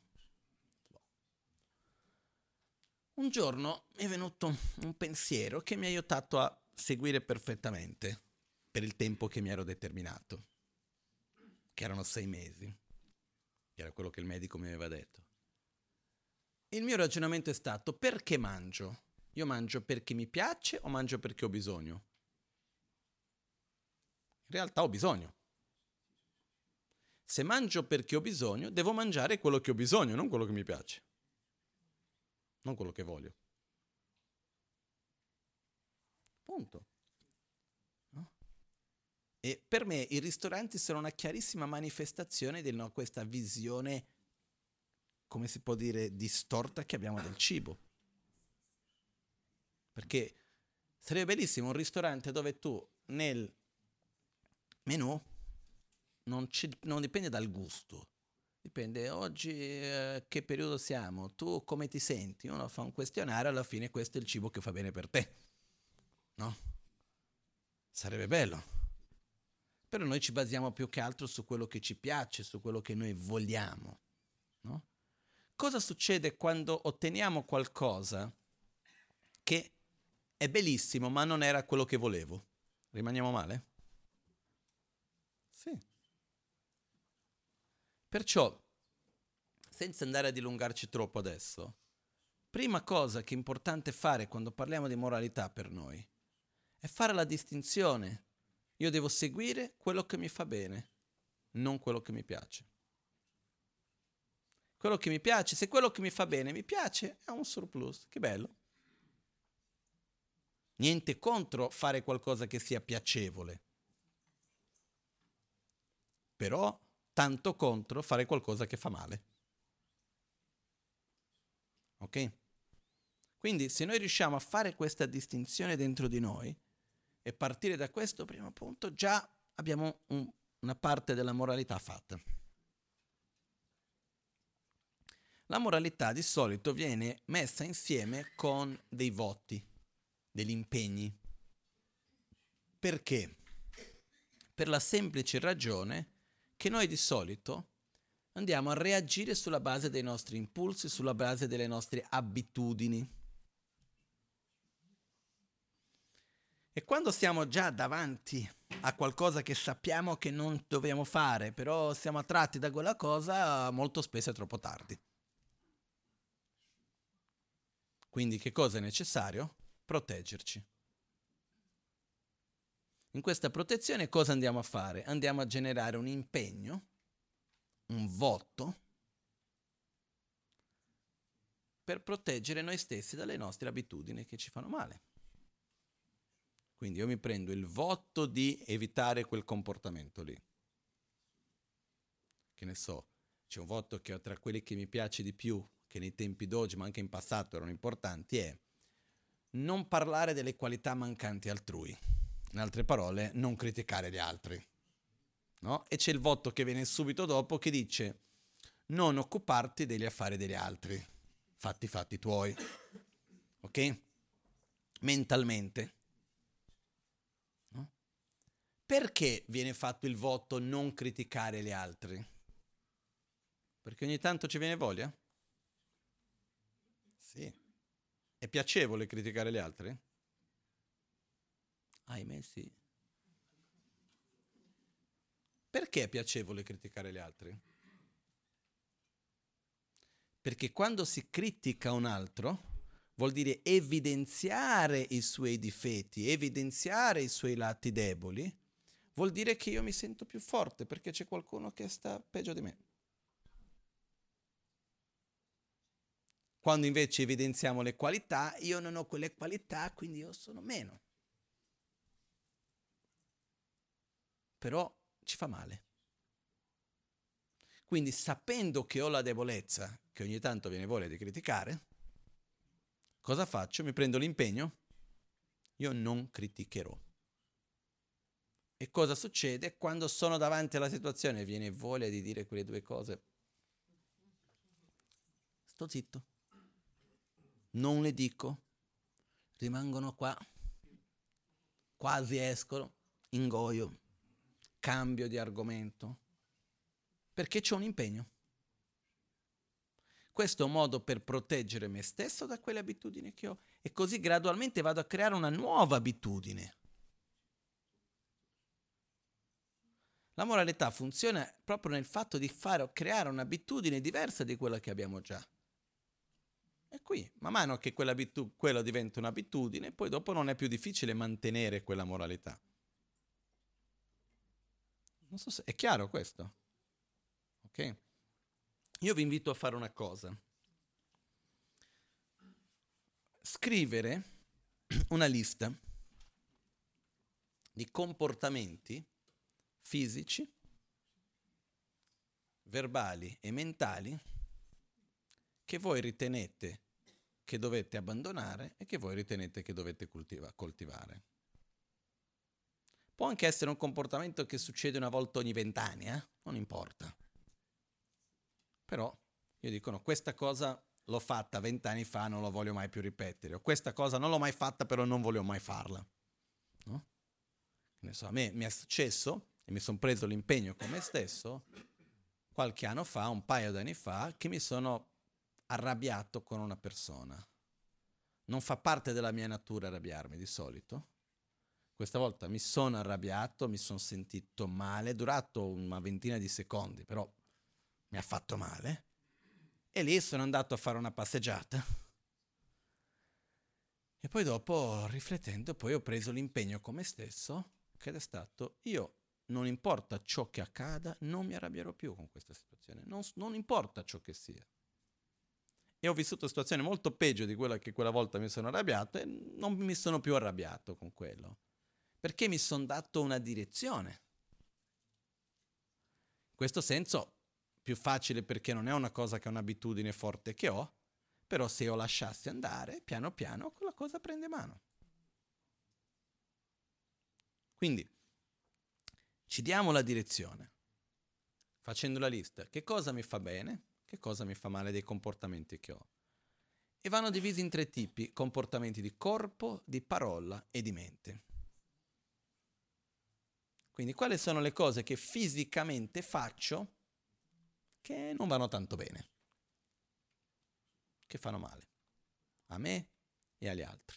Un giorno mi è venuto un pensiero che mi ha aiutato a seguire perfettamente per il tempo che mi ero determinato, che erano sei mesi, che era quello che il medico mi aveva detto. Il mio ragionamento è stato: perché mangio? Io mangio perché mi piace o mangio perché ho bisogno? In realtà ho bisogno. Se mangio perché ho bisogno, devo mangiare quello che ho bisogno, non quello che mi piace. Non quello che voglio. Punto. No? E per me i ristoranti sono una chiarissima manifestazione di no, questa visione, come si può dire, distorta che abbiamo del cibo. Perché sarebbe bellissimo un ristorante dove tu nel menù non, ci, non dipende dal gusto. Dipende oggi eh, che periodo siamo, tu come ti senti, uno fa un questionario, alla fine questo è il cibo che fa bene per te, no? Sarebbe bello, però noi ci basiamo più che altro su quello che ci piace, su quello che noi vogliamo, no? Cosa succede quando otteniamo qualcosa che è bellissimo ma non era quello che volevo? Rimaniamo male? Sì. Perciò, senza andare a dilungarci troppo adesso, prima cosa che è importante fare quando parliamo di moralità per noi è fare la distinzione. Io devo seguire quello che mi fa bene, non quello che mi piace. Quello che mi piace, se quello che mi fa bene mi piace, è un surplus, che bello. Niente contro fare qualcosa che sia piacevole, però tanto contro fare qualcosa che fa male. Ok? Quindi se noi riusciamo a fare questa distinzione dentro di noi e partire da questo primo punto, già abbiamo un, una parte della moralità fatta. La moralità di solito viene messa insieme con dei voti, degli impegni. Perché? Per la semplice ragione che noi di solito andiamo a reagire sulla base dei nostri impulsi, sulla base delle nostre abitudini. E quando siamo già davanti a qualcosa che sappiamo che non dobbiamo fare, però siamo attratti da quella cosa, molto spesso è troppo tardi. Quindi che cosa è necessario? Proteggerci. In questa protezione cosa andiamo a fare? Andiamo a generare un impegno, un voto, per proteggere noi stessi dalle nostre abitudini che ci fanno male. Quindi io mi prendo il voto di evitare quel comportamento lì. Che ne so, c'è un voto che tra quelli che mi piace di più, che nei tempi d'oggi, ma anche in passato erano importanti, è non parlare delle qualità mancanti altrui. In altre parole, non criticare gli altri. No? E c'è il voto che viene subito dopo che dice non occuparti degli affari degli altri, fatti i fatti tuoi. ok? Mentalmente. No? Perché viene fatto il voto non criticare gli altri? Perché ogni tanto ci viene voglia? Sì. È piacevole criticare gli altri? Ahimè sì. Perché è piacevole criticare gli altri? Perché quando si critica un altro vuol dire evidenziare i suoi difetti, evidenziare i suoi lati deboli, vuol dire che io mi sento più forte perché c'è qualcuno che sta peggio di me. Quando invece evidenziamo le qualità, io non ho quelle qualità, quindi io sono meno. Però ci fa male. Quindi sapendo che ho la debolezza, che ogni tanto viene voglia di criticare, cosa faccio? Mi prendo l'impegno? Io non criticherò. E cosa succede? Quando sono davanti alla situazione e viene voglia di dire quelle due cose, sto zitto. Non le dico. Rimangono qua. Quasi escono. Ingoio. Cambio di argomento. Perché c'ho un impegno. Questo è un modo per proteggere me stesso da quelle abitudini che ho e così gradualmente vado a creare una nuova abitudine. La moralità funziona proprio nel fatto di fare, creare un'abitudine diversa di quella che abbiamo già. E qui, man mano che quell'abitu- quello diventa un'abitudine, poi dopo non è più difficile mantenere quella moralità. Non so se è chiaro questo. Ok? Io vi invito a fare una cosa. Scrivere una lista di comportamenti fisici, verbali e mentali che voi ritenete che dovete abbandonare e che voi ritenete che dovete coltiva- coltivare. Può anche essere un comportamento che succede una volta ogni vent'anni, eh? Non importa. Però io dico no, questa cosa l'ho fatta vent'anni fa, non la voglio mai più ripetere. O questa cosa non l'ho mai fatta, però non voglio mai farla. No? Ne so, a me mi è successo e mi sono preso l'impegno con me stesso qualche anno fa, un paio d'anni fa, che mi sono arrabbiato con una persona. Non fa parte della mia natura arrabbiarmi di solito. Questa volta mi sono arrabbiato, mi sono sentito male, è durato una ventina di secondi, però mi ha fatto male. E lì sono andato a fare una passeggiata. E poi dopo, riflettendo, poi ho preso l'impegno con me stesso, che è stato, io, non importa ciò che accada, non mi arrabbierò più con questa situazione. Non, non importa ciò che sia. E ho vissuto una situazione molto peggio di quella che quella volta mi sono arrabbiato e non mi sono più arrabbiato con quello. Perché mi sono dato una direzione. In questo senso, più facile perché non è una cosa che è un'abitudine forte che ho, però se io lasciassi andare, piano piano, quella cosa prende mano. Quindi, ci diamo la direzione, facendo la lista, che cosa mi fa bene, che cosa mi fa male dei comportamenti che ho. E vanno divisi in tre tipi, comportamenti di corpo, di parola e di mente. Quindi quali sono le cose che fisicamente faccio che non vanno tanto bene, che fanno male a me e agli altri.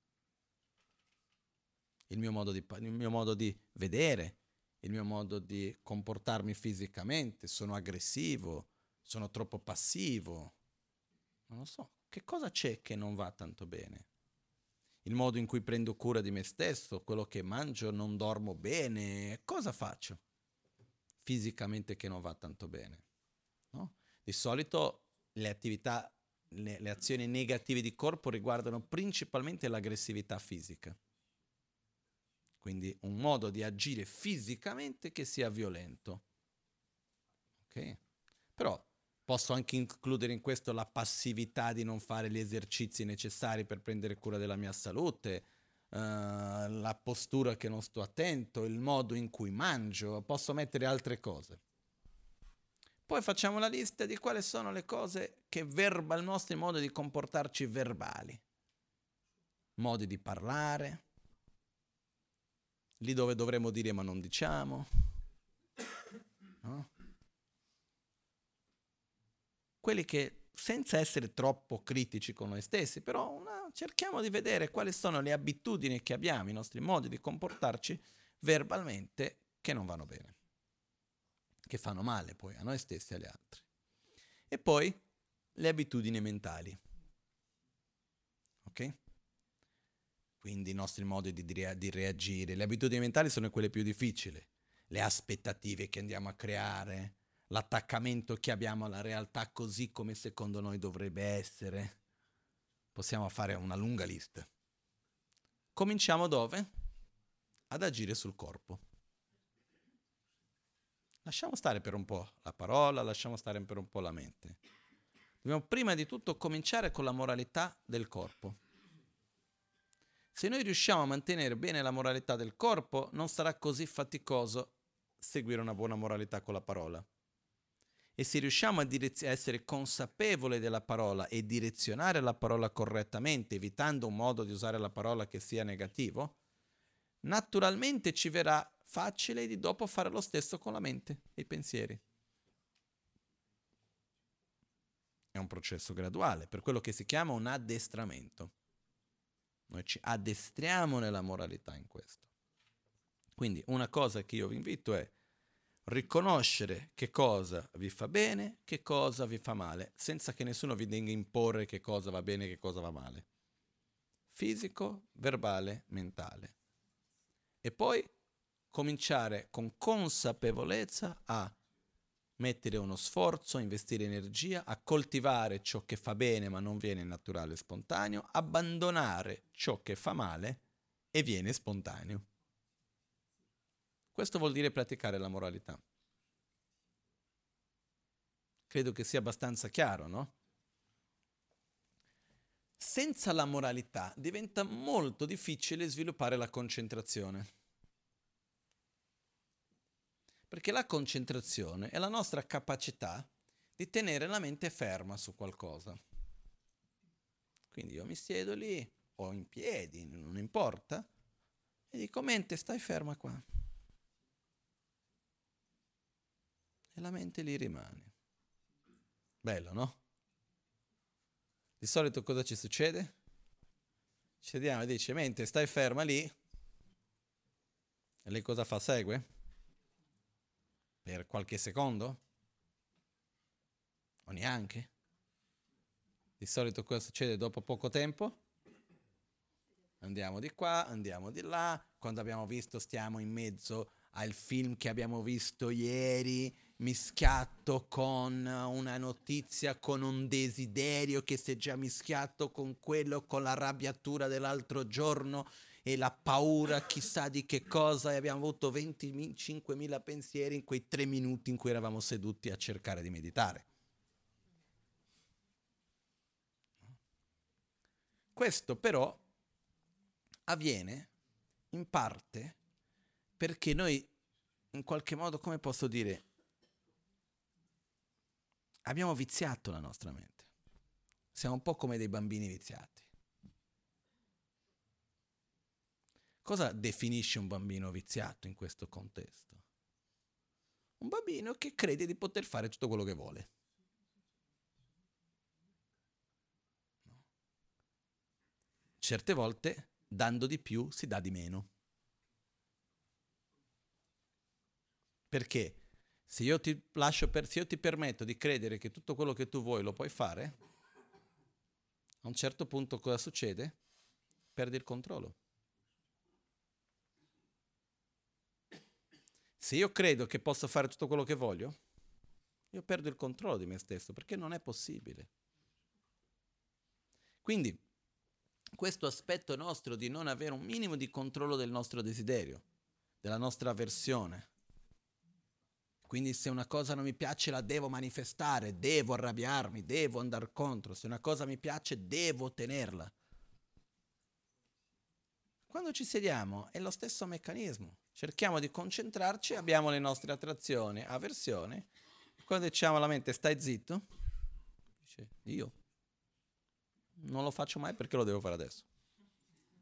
Il mio modo di, il mio modo di vedere, il mio modo di comportarmi fisicamente, sono aggressivo, sono troppo passivo, non lo so, che cosa c'è che non va tanto bene? Il modo in cui prendo cura di me stesso, quello che mangio, non dormo bene, cosa faccio fisicamente che non va tanto bene? No? Di solito le attività, le, le azioni negative di corpo riguardano principalmente l'aggressività fisica. Quindi un modo di agire fisicamente che sia violento. Ok? Però posso anche includere in questo la passività di non fare gli esercizi necessari per prendere cura della mia salute, uh, la postura che non sto attento, il modo in cui mangio, posso mettere altre cose. Poi facciamo la lista di quali sono le cose che verba il nostro modo di comportarci verbali. modi di parlare, lì dove dovremmo dire ma non diciamo, no? Quelli che, senza essere troppo critici con noi stessi, però una, cerchiamo di vedere quali sono le abitudini che abbiamo, i nostri modi di comportarci verbalmente che non vanno bene, che fanno male poi a noi stessi e agli altri. E poi le abitudini mentali, ok? Quindi i nostri modi di, di reagire. Le abitudini mentali sono quelle più difficili, le aspettative che andiamo a creare, l'attaccamento che abbiamo alla realtà così come secondo noi dovrebbe essere. Possiamo fare una lunga lista. Cominciamo dove? Ad agire sul corpo. Lasciamo stare per un po' la parola, lasciamo stare per un po' la mente. Dobbiamo prima di tutto cominciare con la moralità del corpo. Se noi riusciamo a mantenere bene la moralità del corpo, non sarà così faticoso seguire una buona moralità con la parola. E se riusciamo a, direz- a essere consapevoli della parola e direzionare la parola correttamente, evitando un modo di usare la parola che sia negativo, naturalmente ci verrà facile di dopo fare lo stesso con la mente e i pensieri. È un processo graduale, per quello che si chiama un addestramento. Noi ci addestriamo nella moralità in questo. Quindi una cosa che io vi invito è riconoscere che cosa vi fa bene, che cosa vi fa male, senza che nessuno vi venga a imporre che cosa va bene e che cosa va male. Fisico, verbale, mentale. E poi cominciare con consapevolezza a mettere uno sforzo, investire energia, a coltivare ciò che fa bene ma non viene naturale e spontaneo, abbandonare ciò che fa male e viene spontaneo. Questo vuol dire praticare la moralità. Credo che sia abbastanza chiaro, no? Senza la moralità diventa molto difficile sviluppare la concentrazione. Perché la concentrazione è la nostra capacità di tenere la mente ferma su qualcosa. Quindi io mi siedo lì, o in piedi, non importa, e dico, mente, stai ferma qua. E la mente lì rimane. Bello, no? Di solito cosa ci succede? Ci sediamo e dice, mente, stai ferma lì. E lei cosa fa? Segue? Per qualche secondo? O neanche? Di solito cosa succede dopo poco tempo? Andiamo di qua, andiamo di là. Quando abbiamo visto, stiamo in mezzo al film che abbiamo visto ieri, mischiato con una notizia, con un desiderio che si è già mischiato con quello, con l'arrabbiatura dell'altro giorno e la paura chissà di che cosa, e abbiamo avuto venticinquemila pensieri in quei tre minuti in cui eravamo seduti a cercare di meditare. Questo però avviene in parte perché noi, in qualche modo, come posso dire, abbiamo viziato la nostra mente. Siamo un po' come dei bambini viziati. Cosa definisce un bambino viziato in questo contesto? Un bambino che crede di poter fare tutto quello che vuole. No. Certe volte, dando di più, si dà di meno. Perché se io ti lascio per, se io ti permetto di credere che tutto quello che tu vuoi lo puoi fare, a un certo punto cosa succede? Perdi il controllo. Se io credo che posso fare tutto quello che voglio, io perdo il controllo di me stesso, perché non è possibile. Quindi, questo aspetto nostro di non avere un minimo di controllo del nostro desiderio, della nostra avversione. Quindi se una cosa non mi piace la devo manifestare, devo arrabbiarmi, devo andare contro. Se una cosa mi piace, devo tenerla. Quando ci sediamo è lo stesso meccanismo. Cerchiamo di concentrarci, abbiamo le nostre attrazioni, avversioni. Quando diciamo alla mente stai zitto, dice io non lo faccio mai perché lo devo fare adesso.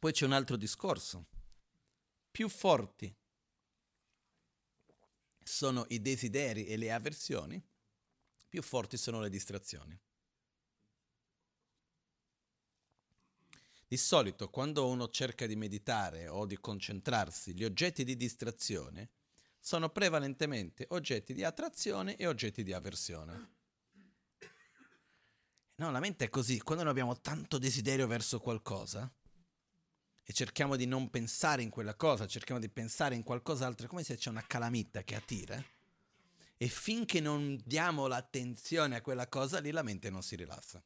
Poi c'è un altro discorso. Più forti sono i desideri e le avversioni, più forti sono le distrazioni. Di solito, quando uno cerca di meditare o di concentrarsi, gli oggetti di distrazione sono prevalentemente oggetti di attrazione e oggetti di avversione. No, la mente è così. Quando noi abbiamo tanto desiderio verso qualcosa e cerchiamo di non pensare in quella cosa, cerchiamo di pensare in qualcos'altro, è come se c'è una calamita che attira. E finché non diamo l'attenzione a quella cosa lì, la mente non si rilassa.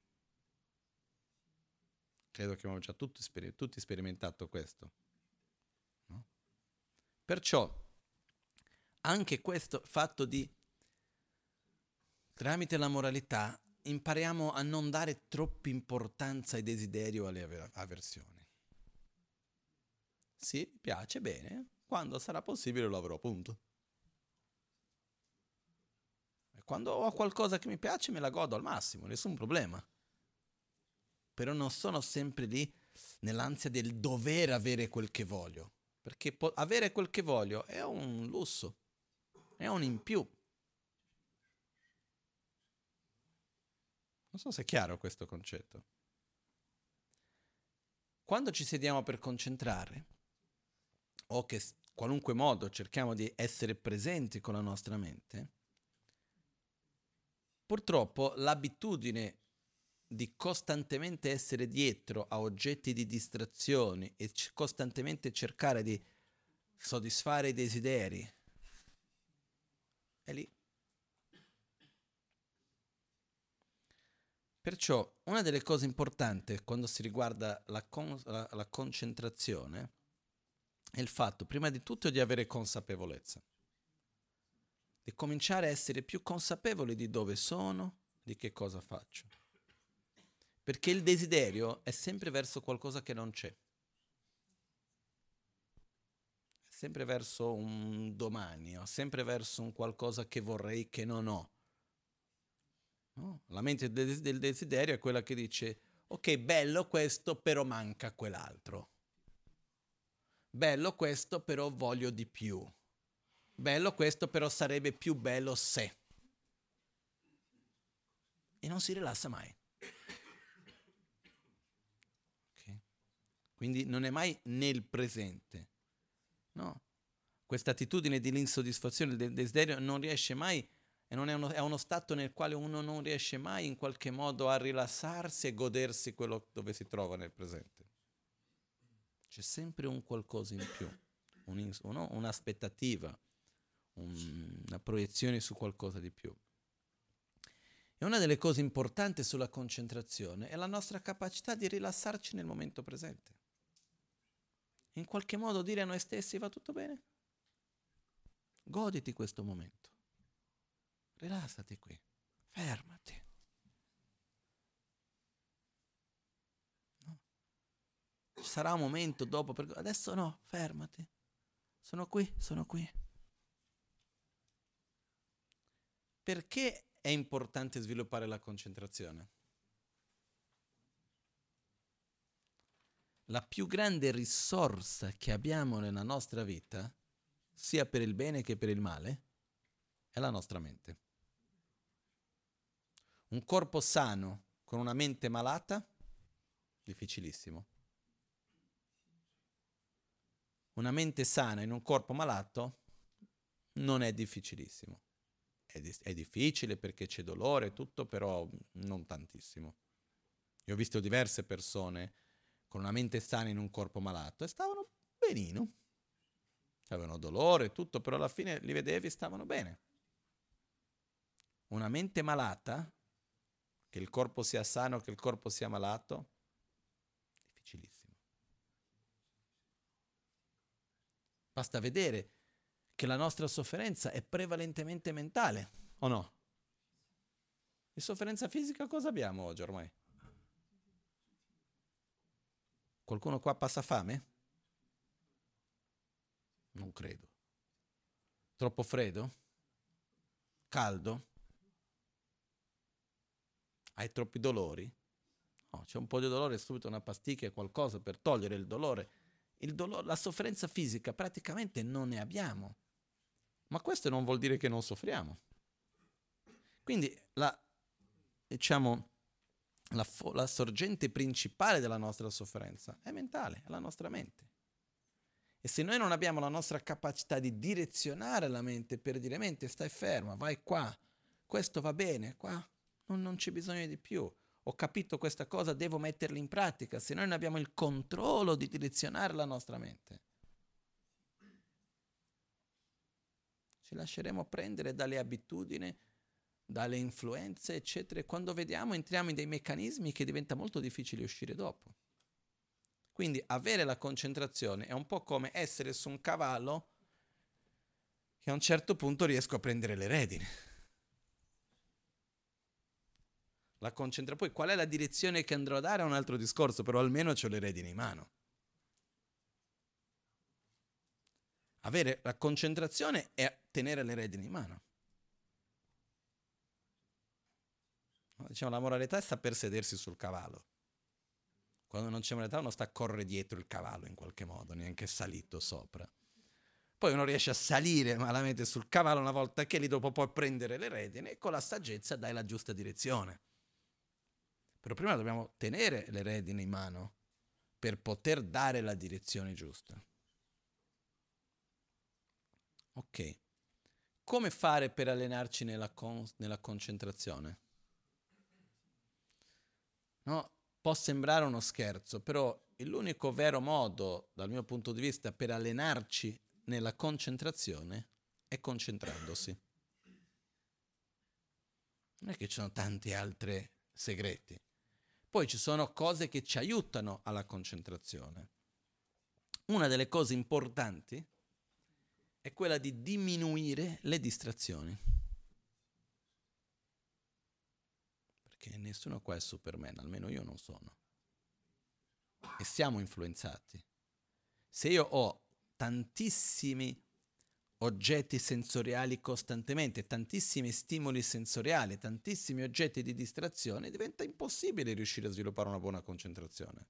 Credo che abbiamo già tutti, sper- tutti sperimentato questo. No? Perciò, anche questo fatto di, tramite la moralità, impariamo a non dare troppa importanza ai desideri o alle aver- avversioni. Sì, mi piace, bene, quando sarà possibile lo avrò, punto. E quando ho qualcosa che mi piace me la godo al massimo, nessun problema. Però non sono sempre lì nell'ansia del dover avere quel che voglio, perché po- avere quel che voglio è un lusso, è un in più. Non so se è chiaro questo concetto. Quando ci sediamo per concentrare, o che qualunque modo cerchiamo di essere presenti con la nostra mente, purtroppo l'abitudine di costantemente essere dietro a oggetti di distrazione e c- costantemente cercare di soddisfare i desideri è lì. Perciò una delle cose importanti quando si riguarda la, con- la, la concentrazione è il fatto, prima di tutto, di avere consapevolezza, di cominciare a essere più consapevoli di dove sono, di che cosa faccio. Perché il desiderio è sempre verso qualcosa che non c'è. È sempre verso un domani, o sempre verso un qualcosa che vorrei che non ho. No? La mente del, del desiderio è quella che dice, ok, bello questo, però manca quell'altro. Bello questo, però voglio di più. Bello questo, però sarebbe più bello se. E non si rilassa mai. Okay? Quindi non è mai nel presente. No. Questa attitudine di l'insoddisfazione del desiderio non riesce mai, e non è uno, è uno stato nel quale uno non riesce mai in qualche modo a rilassarsi e godersi quello dove si trova nel presente. C'è sempre un qualcosa in più, un, no? Un'aspettativa, un, una proiezione su qualcosa di più. E una delle cose importanti sulla concentrazione è la nostra capacità di rilassarci nel momento presente. In qualche modo dire a noi stessi va tutto bene? Goditi questo momento. Rilassati qui. Fermati. No? Ci sarà un momento dopo, per... adesso no, fermati. Sono qui, sono qui. Perché è importante sviluppare la concentrazione? La più grande risorsa che abbiamo nella nostra vita, sia per il bene che per il male, è la nostra mente. Un corpo sano con una mente malata, difficilissimo. Una mente sana in un corpo malato non è difficilissimo. È, di- è difficile perché c'è dolore e tutto, però non tantissimo. Io ho visto diverse persone con una mente sana in un corpo malato e stavano benino. Avevano dolore e tutto, però alla fine li vedevi e stavano bene. Una mente malata, che il corpo sia sano, che il corpo sia malato, difficilissimo. Basta vedere che la nostra sofferenza è prevalentemente mentale, o no? Di sofferenza fisica cosa abbiamo oggi ormai? Qualcuno qua passa fame? Non credo. Troppo freddo? Caldo? Hai troppi dolori? No, c'è un po' di dolore, subito una pasticca, qualcosa per togliere il dolore. Il dolore, la sofferenza fisica praticamente non ne abbiamo. Ma questo non vuol dire che non soffriamo. Quindi la, diciamo, la, fo- la sorgente principale della nostra sofferenza è mentale, è la nostra mente. E se noi non abbiamo la nostra capacità di direzionare la mente per dire mente stai ferma, vai qua, questo va bene, qua non, non c'è bisogno di più, ho capito questa cosa, devo metterla in pratica, se noi non abbiamo il controllo di direzionare la nostra mente, ci lasceremo prendere dalle abitudini, dalle influenze, eccetera, e quando vediamo entriamo in dei meccanismi che diventa molto difficile uscire dopo. Quindi avere la concentrazione è un po' come essere su un cavallo che a un certo punto riesco a prendere le redini. La concentra- Poi qual è la direzione che andrò a dare è un altro discorso, però almeno ho le redini in mano. Avere la concentrazione è tenere le redini in mano. No, diciamo, la moralità è saper sedersi sul cavallo. Quando non c'è moralità uno sta a correre dietro il cavallo in qualche modo, neanche salito sopra. Poi uno riesce a salire malamente sul cavallo una volta che lì dopo può prendere le redini e con la saggezza dai la giusta direzione. Però prima dobbiamo tenere le redini in mano per poter dare la direzione giusta. Ok. Come fare per allenarci nella, con- nella concentrazione? No, può sembrare uno scherzo, però l'unico vero modo, dal mio punto di vista, per allenarci nella concentrazione è concentrandosi. Non è che ci sono tanti altri segreti. Poi ci sono cose che ci aiutano alla concentrazione. Una delle cose importanti è quella di diminuire le distrazioni. Perché nessuno qua è Superman, almeno io non sono. E siamo influenzati. Se io ho tantissimi oggetti sensoriali costantemente, tantissimi stimoli sensoriali, tantissimi oggetti di distrazione, diventa impossibile riuscire a sviluppare una buona concentrazione.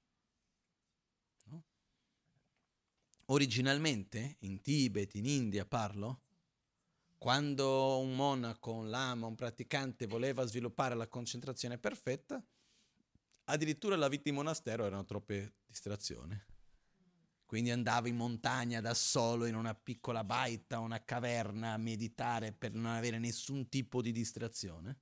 No? Originalmente, in Tibet, in India parlo, quando un monaco, un lama, un praticante voleva sviluppare la concentrazione perfetta, addirittura la vita in monastero erano troppe distrazioni. Quindi andavo in montagna da solo in una piccola baita, una caverna a meditare per non avere nessun tipo di distrazione.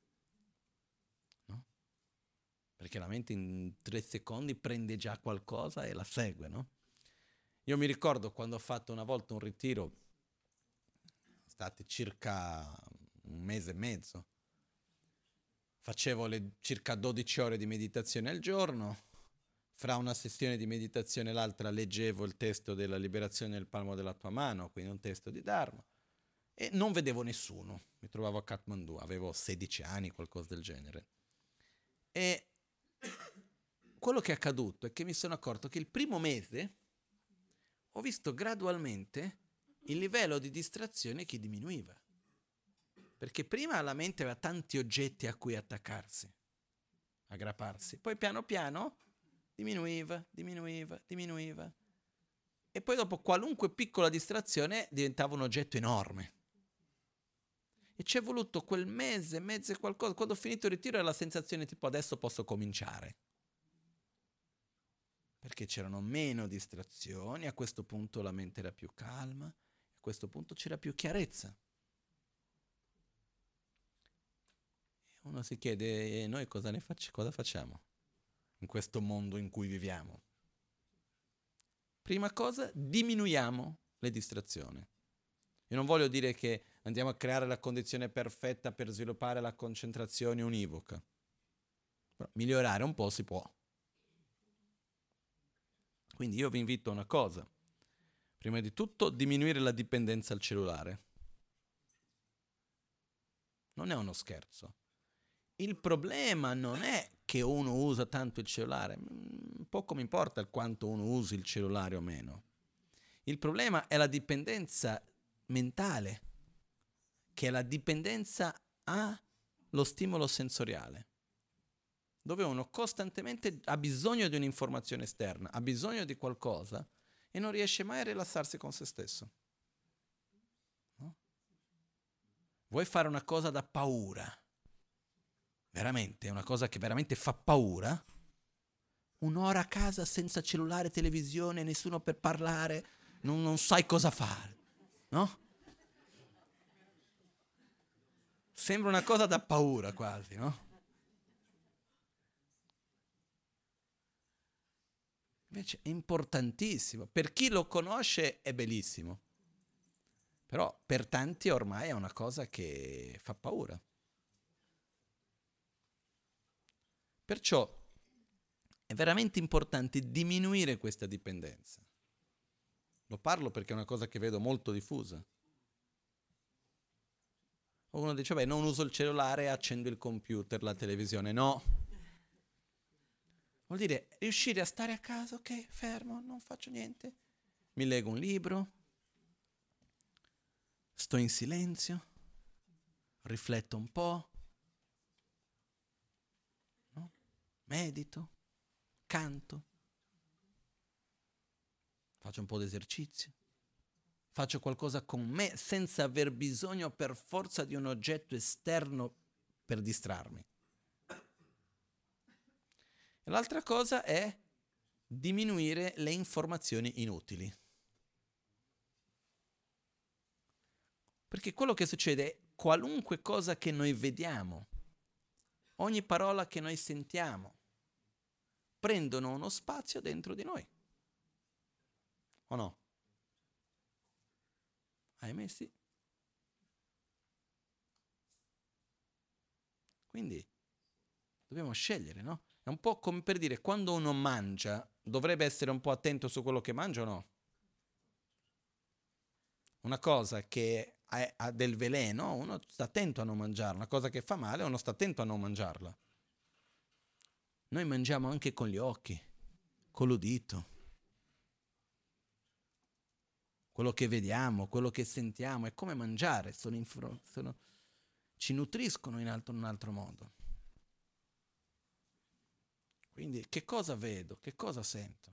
No? Perché la mente in tre secondi prende già qualcosa e la segue, no? Io mi ricordo quando ho fatto una volta un ritiro, state circa un mese e mezzo, facevo le circa dodici ore di meditazione al giorno. Fra una sessione di meditazione e l'altra leggevo il testo della liberazione nel palmo della tua mano, quindi un testo di Dharma, e non vedevo nessuno. Mi trovavo a Kathmandu, avevo sedici anni, qualcosa del genere. E quello che è accaduto è che mi sono accorto che il primo mese ho visto gradualmente il livello di distrazione che diminuiva. Perché prima la mente aveva tanti oggetti a cui attaccarsi, aggrapparsi. Poi piano piano diminuiva, diminuiva, diminuiva. E poi dopo qualunque piccola distrazione diventava un oggetto enorme. E ci è voluto quel mese, mezzo e qualcosa. Quando ho finito il ritiro era la sensazione tipo adesso posso cominciare. Perché c'erano meno distrazioni, a questo punto la mente era più calma, a questo punto c'era più chiarezza. E uno si chiede, e noi cosa ne facciamo? Cosa facciamo in questo mondo in cui viviamo? Prima cosa, diminuiamo le distrazioni. Io non voglio dire che andiamo a creare la condizione perfetta per sviluppare la concentrazione univoca. Però migliorare un po' si può. Quindi io vi invito a una cosa. Prima di tutto, diminuire la dipendenza al cellulare. Non è uno scherzo. Il problema non è che uno usa tanto il cellulare. Poco mi importa il quanto uno usi il cellulare o meno. Il problema è la dipendenza mentale, che è la dipendenza allo stimolo sensoriale. dove uno costantemente ha bisogno di un'informazione esterna, ha bisogno di qualcosa e non riesce mai a rilassarsi con se stesso. No? Vuoi fare una cosa da paura? Veramente, una cosa che veramente fa paura? Un'ora a casa senza cellulare, televisione, nessuno per parlare, non, non sai cosa fare, no? Sembra una cosa da paura quasi, no? Invece è importantissimo. Per chi lo conosce è bellissimo. Però per tanti ormai è una cosa che fa paura. Perciò è veramente importante diminuire questa dipendenza. Lo parlo perché è una cosa che vedo molto diffusa. Uno dice, beh, non uso il cellulare, accendo il computer, la televisione. No. Vuol dire riuscire a stare a casa, ok, fermo, non faccio niente. Mi leggo un libro, sto in silenzio, rifletto un po', no? Medito, canto, faccio un po' di esercizio. Faccio qualcosa con me senza aver bisogno per forza di un oggetto esterno per distrarmi. E l'altra cosa è diminuire le informazioni inutili. Perché quello che succede è qualunque cosa che noi vediamo, ogni parola che noi sentiamo, prendono uno spazio dentro di noi. O no? Ahimè sì. Quindi dobbiamo scegliere, no? È un po' come per dire, quando uno mangia, dovrebbe essere un po' attento su quello che mangia o no? Una cosa che ha, ha del veleno, uno sta attento a non mangiarla. Una cosa che fa male, uno sta attento a non mangiarla. Noi mangiamo anche con gli occhi, con l'udito. Quello che vediamo, quello che sentiamo, è come mangiare, sono infro, sono, ci nutriscono in, altro, in un altro modo. Quindi che cosa vedo, che cosa sento?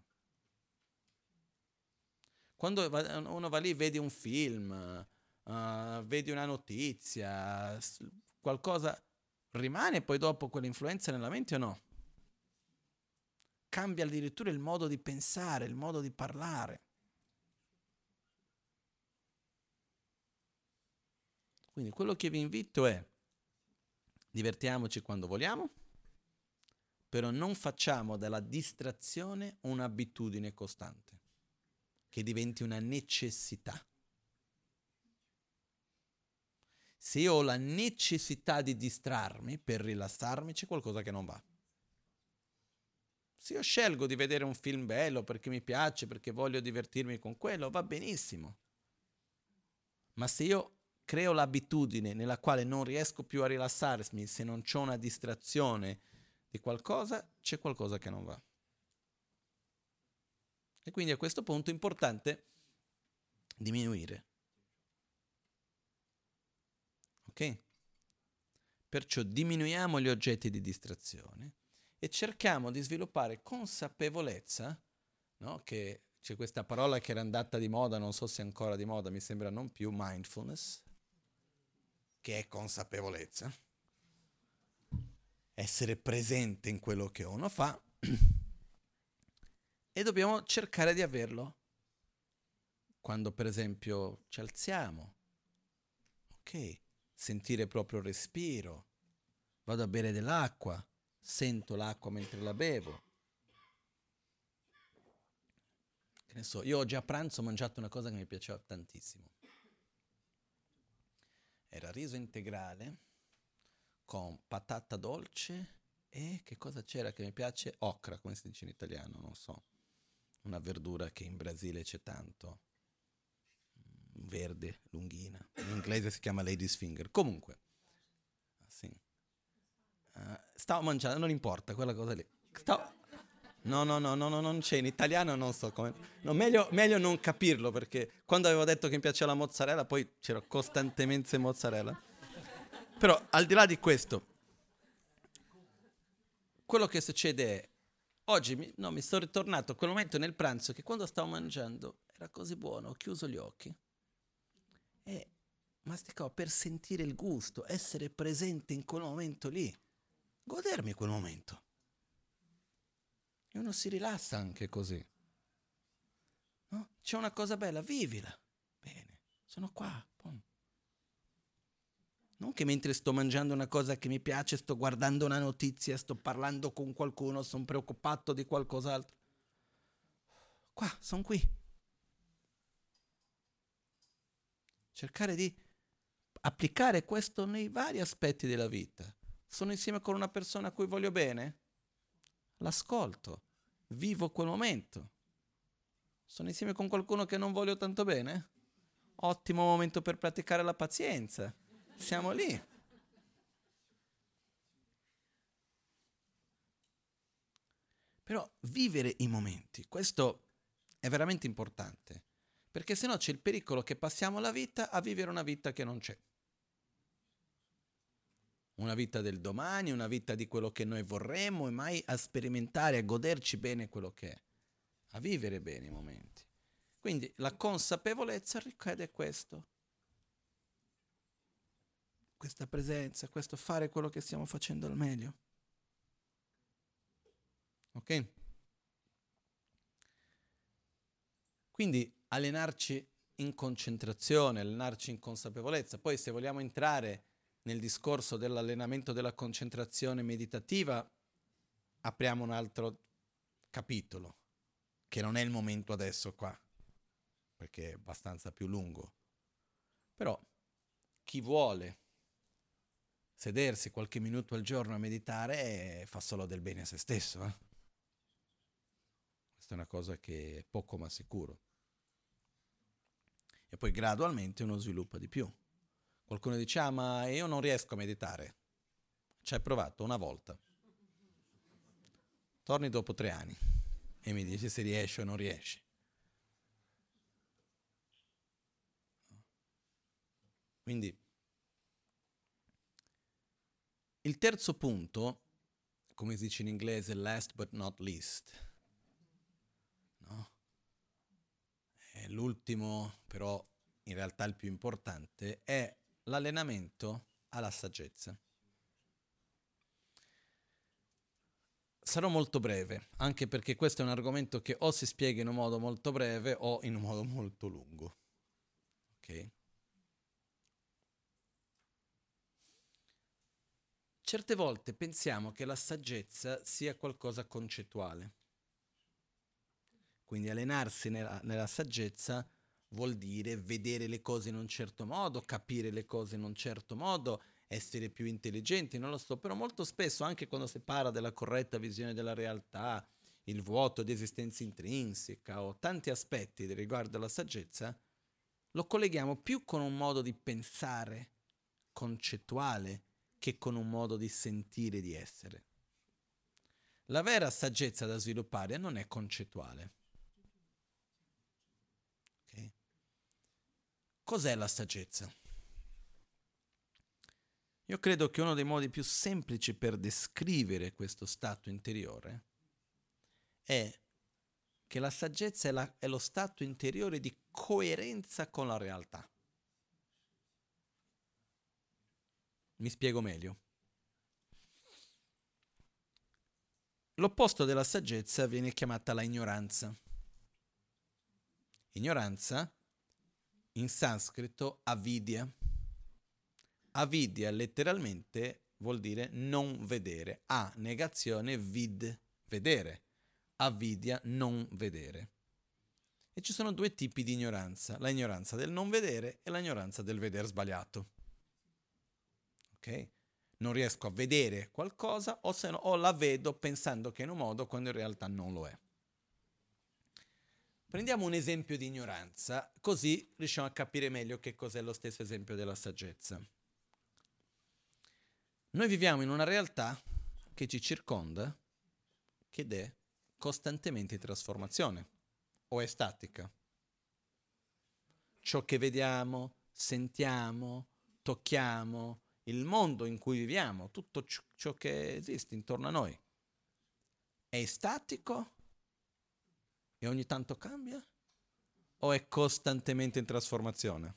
Quando uno va lì, vedi un film, uh, vedi una notizia, qualcosa, rimane poi dopo quell'influenza nella mente o no? Cambia addirittura il modo di pensare, il modo di parlare. Quindi quello che vi invito è divertiamoci quando vogliamo, però non facciamo dalla distrazione un'abitudine costante, che diventi una necessità. Se io ho la necessità di distrarmi per rilassarmi, c'è qualcosa che non va. Se io scelgo di vedere un film bello perché mi piace, perché voglio divertirmi con quello, va benissimo. Ma se io creo l'abitudine nella quale non riesco più a rilassarmi, se non c'ho una distrazione di qualcosa, c'è qualcosa che non va. E quindi a questo punto è importante diminuire. Ok? Perciò diminuiamo gli oggetti di distrazione e cerchiamo di sviluppare consapevolezza, no? Che c'è questa parola che era andata di moda, non so se è ancora di moda, mi sembra non più, mindfulness, che è consapevolezza. Essere presente in quello che uno fa e dobbiamo cercare di averlo quando per esempio ci alziamo, ok, sentire proprio il respiro, vado a bere dell'acqua, sento l'acqua mentre la bevo. Che ne so, io oggi a pranzo ho mangiato una cosa che mi piaceva tantissimo. Era riso integrale con patata dolce e che cosa c'era che mi piace? Okra, come si dice in italiano, non so. Una verdura che in Brasile c'è tanto. Verde, lunghina. In inglese si chiama lady's finger. Comunque. Sì. Uh, stavo mangiando, non importa, quella cosa lì. Stavo... No, no, no, no, no, non c'è. In italiano non so come... No, meglio, meglio non capirlo, perché quando avevo detto che mi piaceva la mozzarella, poi c'era costantemente mozzarella. Però, al di là di questo, quello che succede è, oggi mi, no, mi sono ritornato a quel momento nel pranzo che quando stavo mangiando era così buono, ho chiuso gli occhi e masticavo per sentire il gusto, essere presente in quel momento lì, godermi quel momento. E uno si rilassa anche così. No? C'è una cosa bella, vivila. Bene, sono qua. Pum. Non che mentre sto mangiando una cosa che mi piace, sto guardando una notizia, sto parlando con qualcuno, sono preoccupato di qualcos'altro. Qua, sono qui. Cercare di applicare questo nei vari aspetti della vita. Sono insieme con una persona a cui voglio bene? L'ascolto, vivo quel momento. Sono insieme con qualcuno che non voglio tanto bene? Ottimo momento per praticare la pazienza. Siamo lì. Però vivere i momenti, questo è veramente importante, perché sennò c'è il pericolo che passiamo la vita a vivere una vita che non c'è. Una vita del domani, una vita di quello che noi vorremmo e mai a sperimentare, a goderci bene quello che è, a vivere bene i momenti. Quindi la consapevolezza richiede questo. Questa presenza, questo fare quello che stiamo facendo al meglio. Ok? Quindi allenarci in concentrazione, allenarci in consapevolezza. Poi se vogliamo entrare nel discorso dell'allenamento della concentrazione meditativa, apriamo un altro capitolo, che non è il momento adesso qua, perché è abbastanza più lungo. Però chi vuole sedersi qualche minuto al giorno a meditare fa solo del bene a se stesso. Eh? Questa è una cosa che è poco ma sicuro. E poi gradualmente uno sviluppa di più. Qualcuno dice, ah ma io non riesco a meditare. Ci hai provato una volta. Torni dopo tre anni e mi dici se riesci o non riesci. Quindi il terzo punto, come si dice in inglese, last but not least, no? È l'ultimo, però in realtà il più importante, è l'allenamento alla saggezza. Sarò molto breve, anche perché questo è un argomento che o si spiega in un modo molto breve o in un modo molto lungo. Ok? Certe volte pensiamo che la saggezza sia qualcosa concettuale. Quindi allenarsi nella, nella saggezza vuol dire vedere le cose in un certo modo, capire le cose in un certo modo, essere più intelligenti, non lo so, però molto spesso anche quando si parla della corretta visione della realtà, il vuoto di esistenza intrinseca o tanti aspetti riguardo alla saggezza, lo colleghiamo più con un modo di pensare concettuale che con un modo di sentire di essere. La vera saggezza da sviluppare non è concettuale. Okay? Cos'è la saggezza? Io credo che uno dei modi più semplici per descrivere questo stato interiore è che la saggezza è, la, è lo stato interiore di coerenza con la realtà. Mi spiego meglio. L'opposto della saggezza viene chiamata la ignoranza. Ignoranza, in sanscrito, avidya. Avidya letteralmente vuol dire non vedere. A, negazione, vid, vedere. Avidya, non vedere. E ci sono due tipi di ignoranza. La ignoranza del non vedere e la ignoranza del vedere sbagliato. Ok? Non riesco a vedere qualcosa o, se no, o la vedo pensando che è in un modo quando in realtà non lo è. Prendiamo un esempio di ignoranza, così riusciamo a capire meglio che cos'è lo stesso esempio della saggezza. Noi viviamo in una realtà che ci circonda, che è costantemente in trasformazione, o è statica. Ciò che vediamo, sentiamo, tocchiamo, il mondo in cui viviamo, tutto ciò che esiste intorno a noi, È statico e ogni tanto cambia? O è costantemente in trasformazione?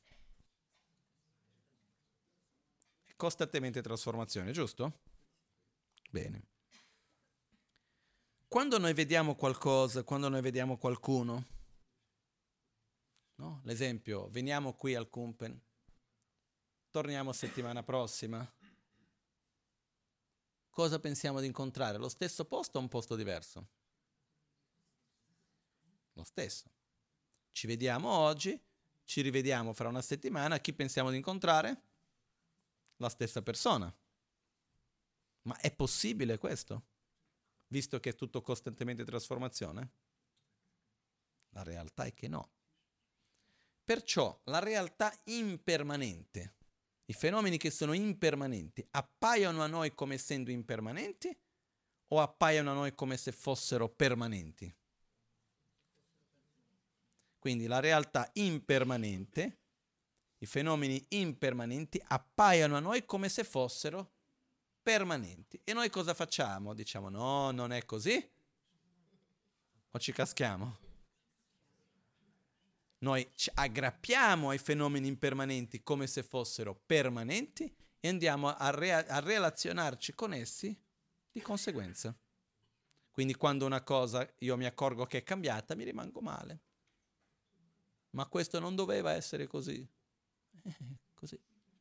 È costantemente in trasformazione, giusto? Bene. Quando noi vediamo qualcosa, quando noi vediamo qualcuno, no? L'esempio, veniamo qui al Kumpen, torniamo settimana prossima, cosa pensiamo di incontrare? Lo stesso posto o un posto diverso? Lo stesso. Ci vediamo oggi, ci rivediamo fra una settimana, chi pensiamo di incontrare? La stessa persona. Ma è possibile questo? Visto che è tutto costantemente in trasformazione? La realtà è che no. Perciò la realtà impermanente, i fenomeni che sono impermanenti, appaiono a noi come essendo impermanenti o appaiono a noi come se fossero permanenti? Quindi la realtà impermanente, i fenomeni impermanenti appaiono a noi come se fossero permanenti. E noi cosa facciamo? Diciamo no, non è così? O ci caschiamo? Noi ci aggrappiamo ai fenomeni impermanenti come se fossero permanenti e andiamo a, rea- a relazionarci con essi di conseguenza. Quindi quando una cosa io mi accorgo che è cambiata, mi rimango male. Ma questo non doveva essere così. Eh, così.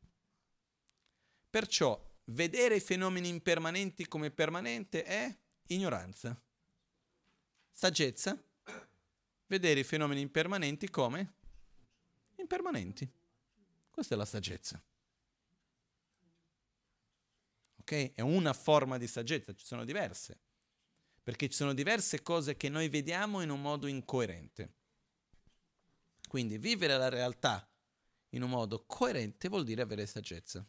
Perciò vedere i fenomeni impermanenti come permanente è ignoranza. Saggezza? Vedere i fenomeni impermanenti come impermanenti. Questa è la saggezza. Ok? È una forma di saggezza, ci sono diverse. Perché ci sono diverse cose che noi vediamo in un modo incoerente. Quindi vivere la realtà in un modo coerente vuol dire avere saggezza.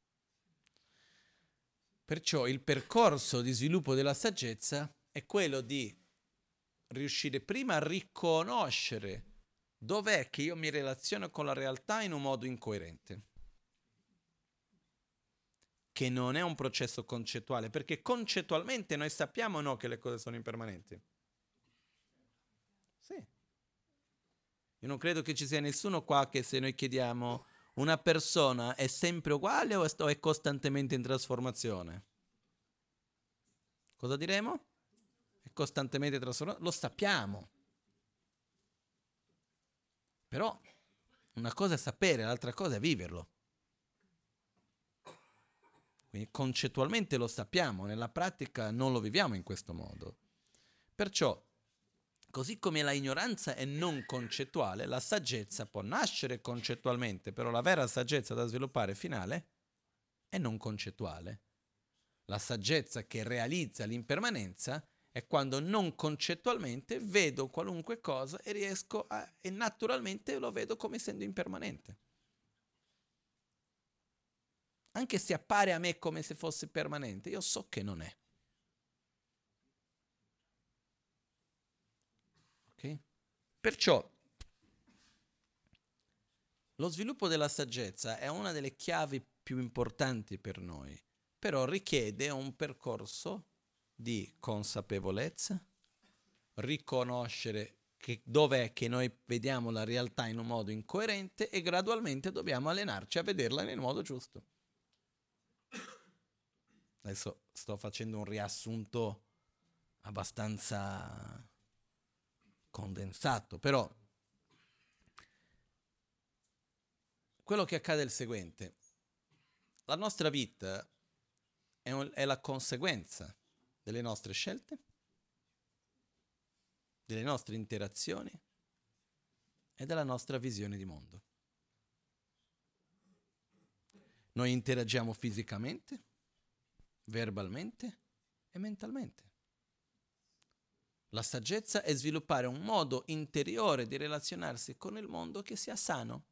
Perciò il percorso di sviluppo della saggezza è quello di riuscire prima a riconoscere dov'è che io mi relaziono con la realtà in un modo incoerente. Che non è un processo concettuale, perché concettualmente noi sappiamo o no che le cose sono impermanenti? Sì. Io non credo che ci sia nessuno qua che se noi chiediamo una persona è sempre uguale o è costantemente in trasformazione? Cosa diremo? È costantemente trasformato, lo sappiamo. Però una cosa è sapere, l'altra cosa è viverlo. Quindi concettualmente lo sappiamo, nella pratica non lo viviamo in questo modo. Perciò, così come la ignoranza è non concettuale, la saggezza può nascere concettualmente, però la vera saggezza da sviluppare finale è non concettuale. La saggezza che realizza l'impermanenza è quando non concettualmente vedo qualunque cosa e riesco a, e naturalmente lo vedo come essendo impermanente. Anche se appare a me come se fosse permanente, io so che non è. Ok? Perciò lo sviluppo della saggezza è una delle chiavi più importanti per noi, però richiede un percorso di consapevolezza, riconoscere che dov'è che noi vediamo la realtà in un modo incoerente e gradualmente dobbiamo allenarci a vederla nel modo giusto. Adesso sto facendo un riassunto abbastanza condensato, però quello che accade è il seguente. La nostra vita è, un, è la conseguenza delle nostre scelte, delle nostre interazioni e della nostra visione di mondo. Noi interagiamo fisicamente, verbalmente e mentalmente. La saggezza è sviluppare un modo interiore di relazionarsi con il mondo che sia sano.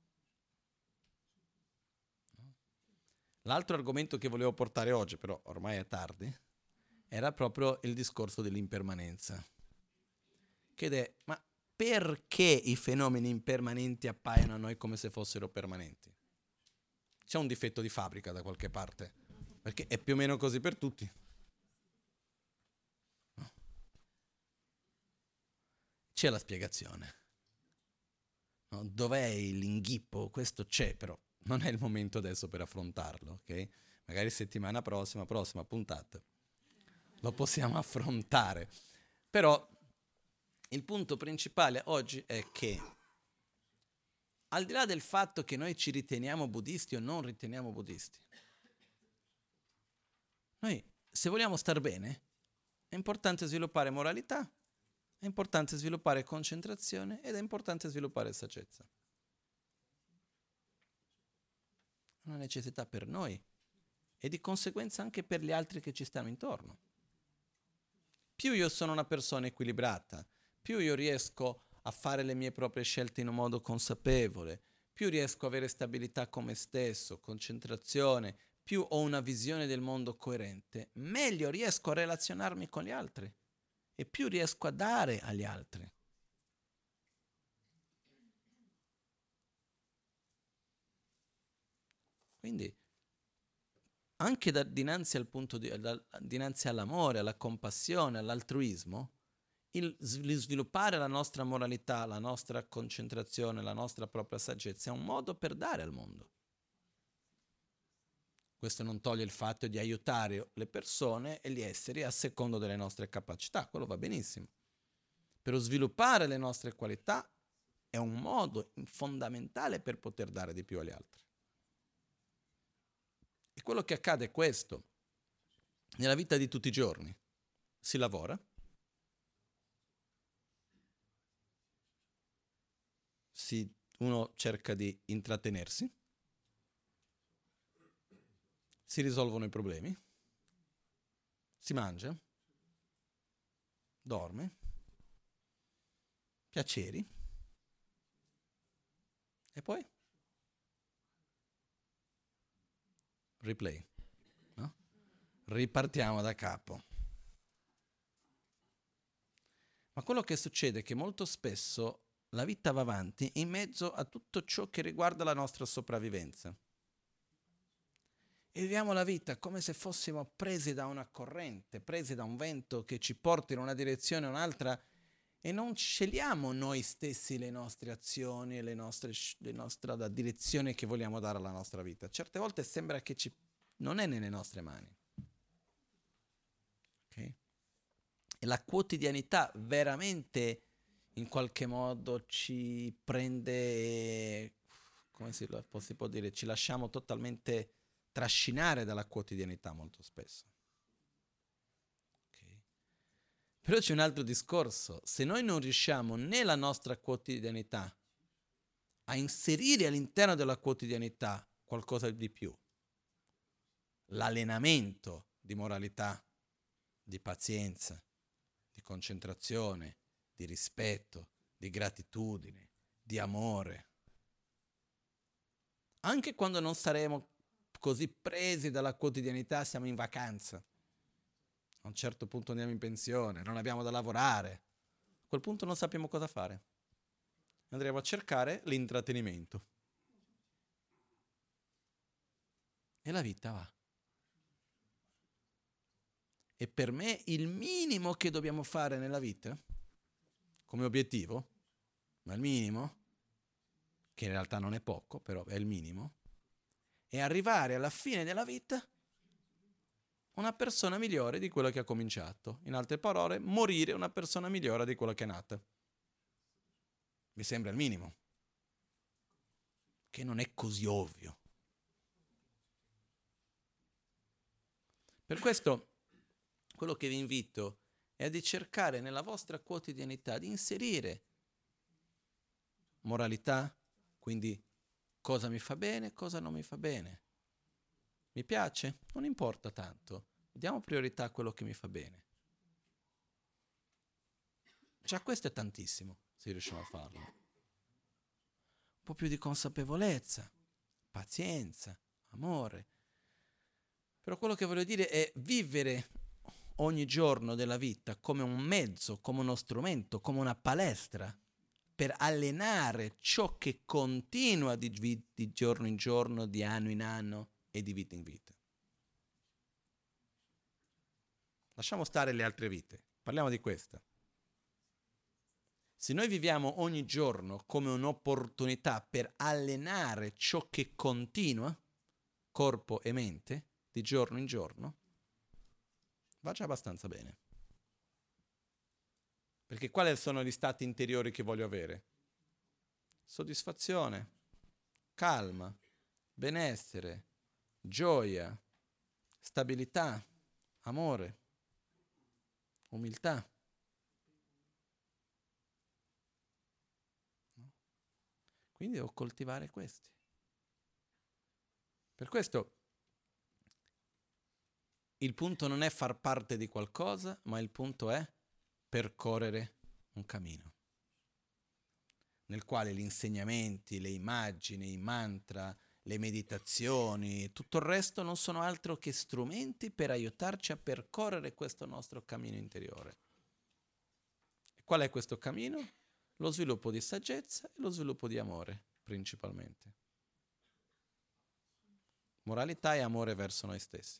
L'altro argomento che volevo portare oggi, però ormai è tardi, era proprio il discorso dell'impermanenza. Che è, ma perché i fenomeni impermanenti appaiono a noi come se fossero permanenti? C'è un difetto di fabbrica da qualche parte, perché è più o meno così per tutti. c'è la spiegazione. No? Dov'è l'inghippo? Questo c'è, però non è il momento adesso per affrontarlo, ok? Magari settimana prossima, prossima puntata, lo possiamo affrontare. Però il punto principale oggi è che, al di là del fatto che noi ci riteniamo buddisti o non riteniamo buddisti, noi, se vogliamo star bene, è importante sviluppare moralità, è importante sviluppare concentrazione ed è importante sviluppare saggezza. È una necessità per noi e di conseguenza anche per gli altri che ci stanno intorno. Più io sono una persona equilibrata, più io riesco a fare le mie proprie scelte in un modo consapevole, più riesco a avere stabilità con me stesso, concentrazione, più ho una visione del mondo coerente, meglio riesco a relazionarmi con gli altri e più riesco a dare agli altri. Quindi, anche da, dinanzi al punto di, da, dinanzi all'amore, alla compassione, all'altruismo, il, il sviluppare la nostra moralità, la nostra concentrazione, la nostra propria saggezza è un modo per dare al mondo. Questo non toglie il fatto di aiutare le persone e gli esseri a secondo delle nostre capacità, quello va benissimo. Però sviluppare le nostre qualità è un modo fondamentale per poter dare di più agli altri. E quello che accade è questo. Nella vita di tutti i giorni si lavora, si, uno cerca di intrattenersi, si risolvono i problemi, si mangia, dorme, piaceri, e poi replay, no? Ripartiamo da capo. Ma quello che succede è che molto spesso la vita va avanti in mezzo a tutto ciò che riguarda la nostra sopravvivenza. E viviamo la vita come se fossimo presi da una corrente, presi da un vento che ci porta in una direzione o un'altra e non scegliamo noi stessi le nostre azioni e le nostre, le nostre, la direzione che vogliamo dare alla nostra vita. Certe volte sembra che ci, non è nelle nostre mani. Okay? E la quotidianità veramente in qualche modo ci prende, come si, si può dire, ci lasciamo totalmente trascinare dalla quotidianità molto spesso. Okay. Però c'è un altro discorso. Se noi non riusciamo nella nostra quotidianità a inserire all'interno della quotidianità qualcosa di più, l'allenamento di moralità, di pazienza, di concentrazione, di rispetto, di gratitudine, di amore, anche quando non saremo così presi dalla quotidianità, siamo in vacanza, a un certo punto andiamo in pensione, non abbiamo da lavorare, a quel punto non sappiamo cosa fare, andremo a cercare l'intrattenimento e la vita va. E per me il minimo che dobbiamo fare nella vita, come obiettivo, ma il minimo, che in realtà non è poco, però è il minimo, è arrivare alla fine della vita una persona migliore di quello che ha cominciato. In altre parole, morire una persona migliore di quello che è nata. Mi sembra il minimo, che non è così ovvio. Per questo, quello che vi invito è di cercare nella vostra quotidianità di inserire moralità, quindi cosa mi fa bene, cosa non mi fa bene. Mi piace? Non importa tanto. Diamo priorità a quello che mi fa bene. Già questo è tantissimo, se riusciamo a farlo. Un po' più di consapevolezza, pazienza, amore. Però quello che voglio dire è vivere ogni giorno della vita come un mezzo, come uno strumento, come una palestra per allenare ciò che continua di, di giorno in giorno, di anno in anno e di vita in vita. Lasciamo stare le altre vite, parliamo di questa. Se noi viviamo ogni giorno come un'opportunità per allenare ciò che continua, corpo e mente, di giorno in giorno, va già abbastanza bene. Perché quali sono gli stati interiori che voglio avere? Soddisfazione, calma, benessere, gioia, stabilità, amore, umiltà. Quindi devo coltivare questi. Per questo il punto non è far parte di qualcosa, ma il punto è percorrere un cammino, nel quale gli insegnamenti, le immagini, i mantra, le meditazioni e tutto il resto non sono altro che strumenti per aiutarci a percorrere questo nostro cammino interiore. E qual è questo cammino? Lo sviluppo di saggezza e lo sviluppo di amore, principalmente. Moralità e amore verso noi stessi.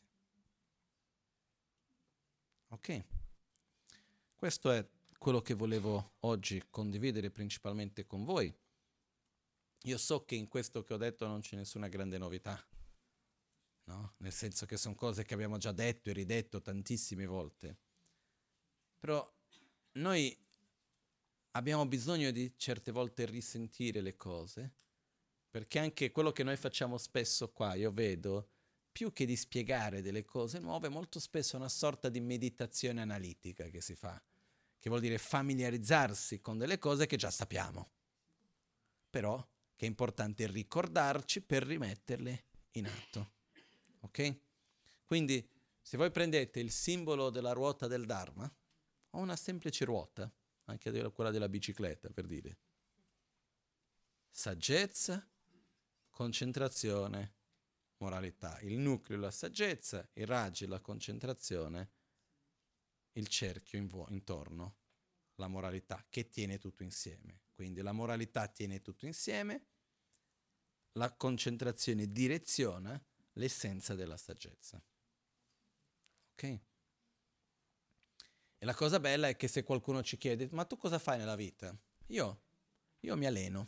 Ok? Questo è quello che volevo oggi condividere principalmente con voi. Io so che in questo che ho detto non c'è nessuna grande novità, no? Nel senso che sono cose che abbiamo già detto e ridetto tantissime volte. Però noi abbiamo bisogno di certe volte risentire le cose, perché anche quello che noi facciamo spesso qua, io vedo, più che di spiegare delle cose nuove, molto spesso è una sorta di meditazione analitica che si fa, che vuol dire familiarizzarsi con delle cose che già sappiamo, però che è importante ricordarci per rimetterle in atto. Ok? Quindi, se voi prendete il simbolo della ruota del Dharma, o una semplice ruota, anche quella della bicicletta, per dire, saggezza, concentrazione, moralità. Il nucleo la saggezza, i raggi la concentrazione, il cerchio invo- intorno, la moralità, che tiene tutto insieme. Quindi la moralità tiene tutto insieme, la concentrazione direziona l'essenza della saggezza. Ok? E la cosa bella è che se qualcuno ci chiede, ma tu cosa fai nella vita? Io, io mi alleno.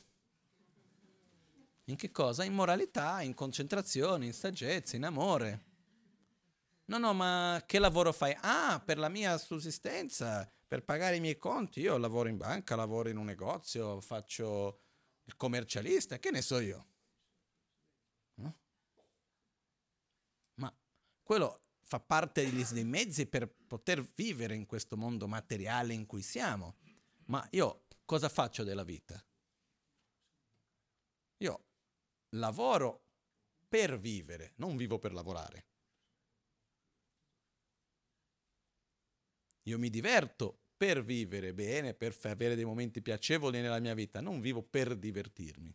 In che cosa? In moralità, in concentrazione, in saggezza, in amore. No, no, ma che lavoro fai? Ah, per la mia sussistenza, per pagare i miei conti. Io lavoro in banca, lavoro in un negozio, faccio il commercialista, che ne so io. No? Ma quello fa parte dei mezzi per poter vivere in questo mondo materiale in cui siamo. Ma io cosa faccio della vita? Io lavoro per vivere, non vivo per lavorare. Io mi diverto per vivere bene, per f- avere dei momenti piacevoli nella mia vita, non vivo per divertirmi.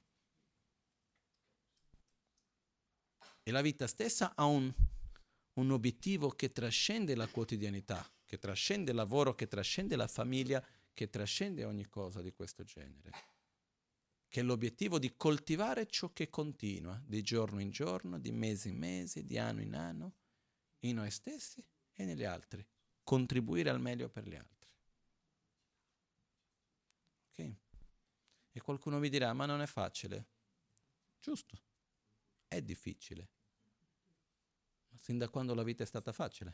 E la vita stessa ha un, un obiettivo che trascende la quotidianità, che trascende il lavoro, che trascende la famiglia, che trascende ogni cosa di questo genere. Che è l'obiettivo di coltivare ciò che continua, di giorno in giorno, di mese in mese, di anno in anno, in noi stessi e negli altri. Contribuire al meglio per gli altri. Ok? E qualcuno mi dirà, ma non è facile. Giusto, è difficile. Ma sin da quando la vita è stata facile?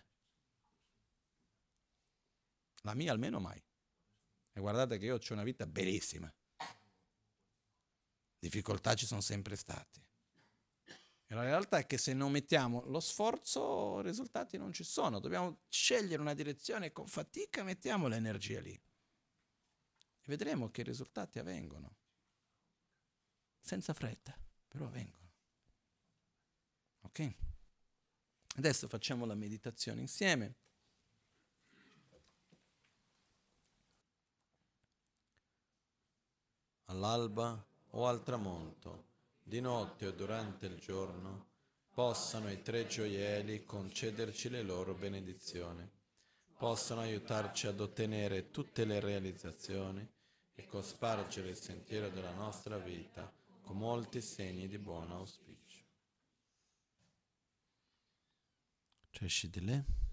La mia almeno mai. E guardate che io ho una vita bellissima. Difficoltà ci sono sempre state. E la realtà è che se non mettiamo lo sforzo, risultati non ci sono. Dobbiamo scegliere una direzione e con fatica mettiamo l'energia lì. E vedremo che i risultati avvengono. Senza fretta, però avvengono. Ok? Adesso facciamo la meditazione insieme. All'alba o al tramonto, di notte o durante il giorno, possano i tre gioielli concederci le loro benedizioni, possano aiutarci ad ottenere tutte le realizzazioni e cospargere il sentiero della nostra vita con molti segni di buon auspicio. Cresci di lì.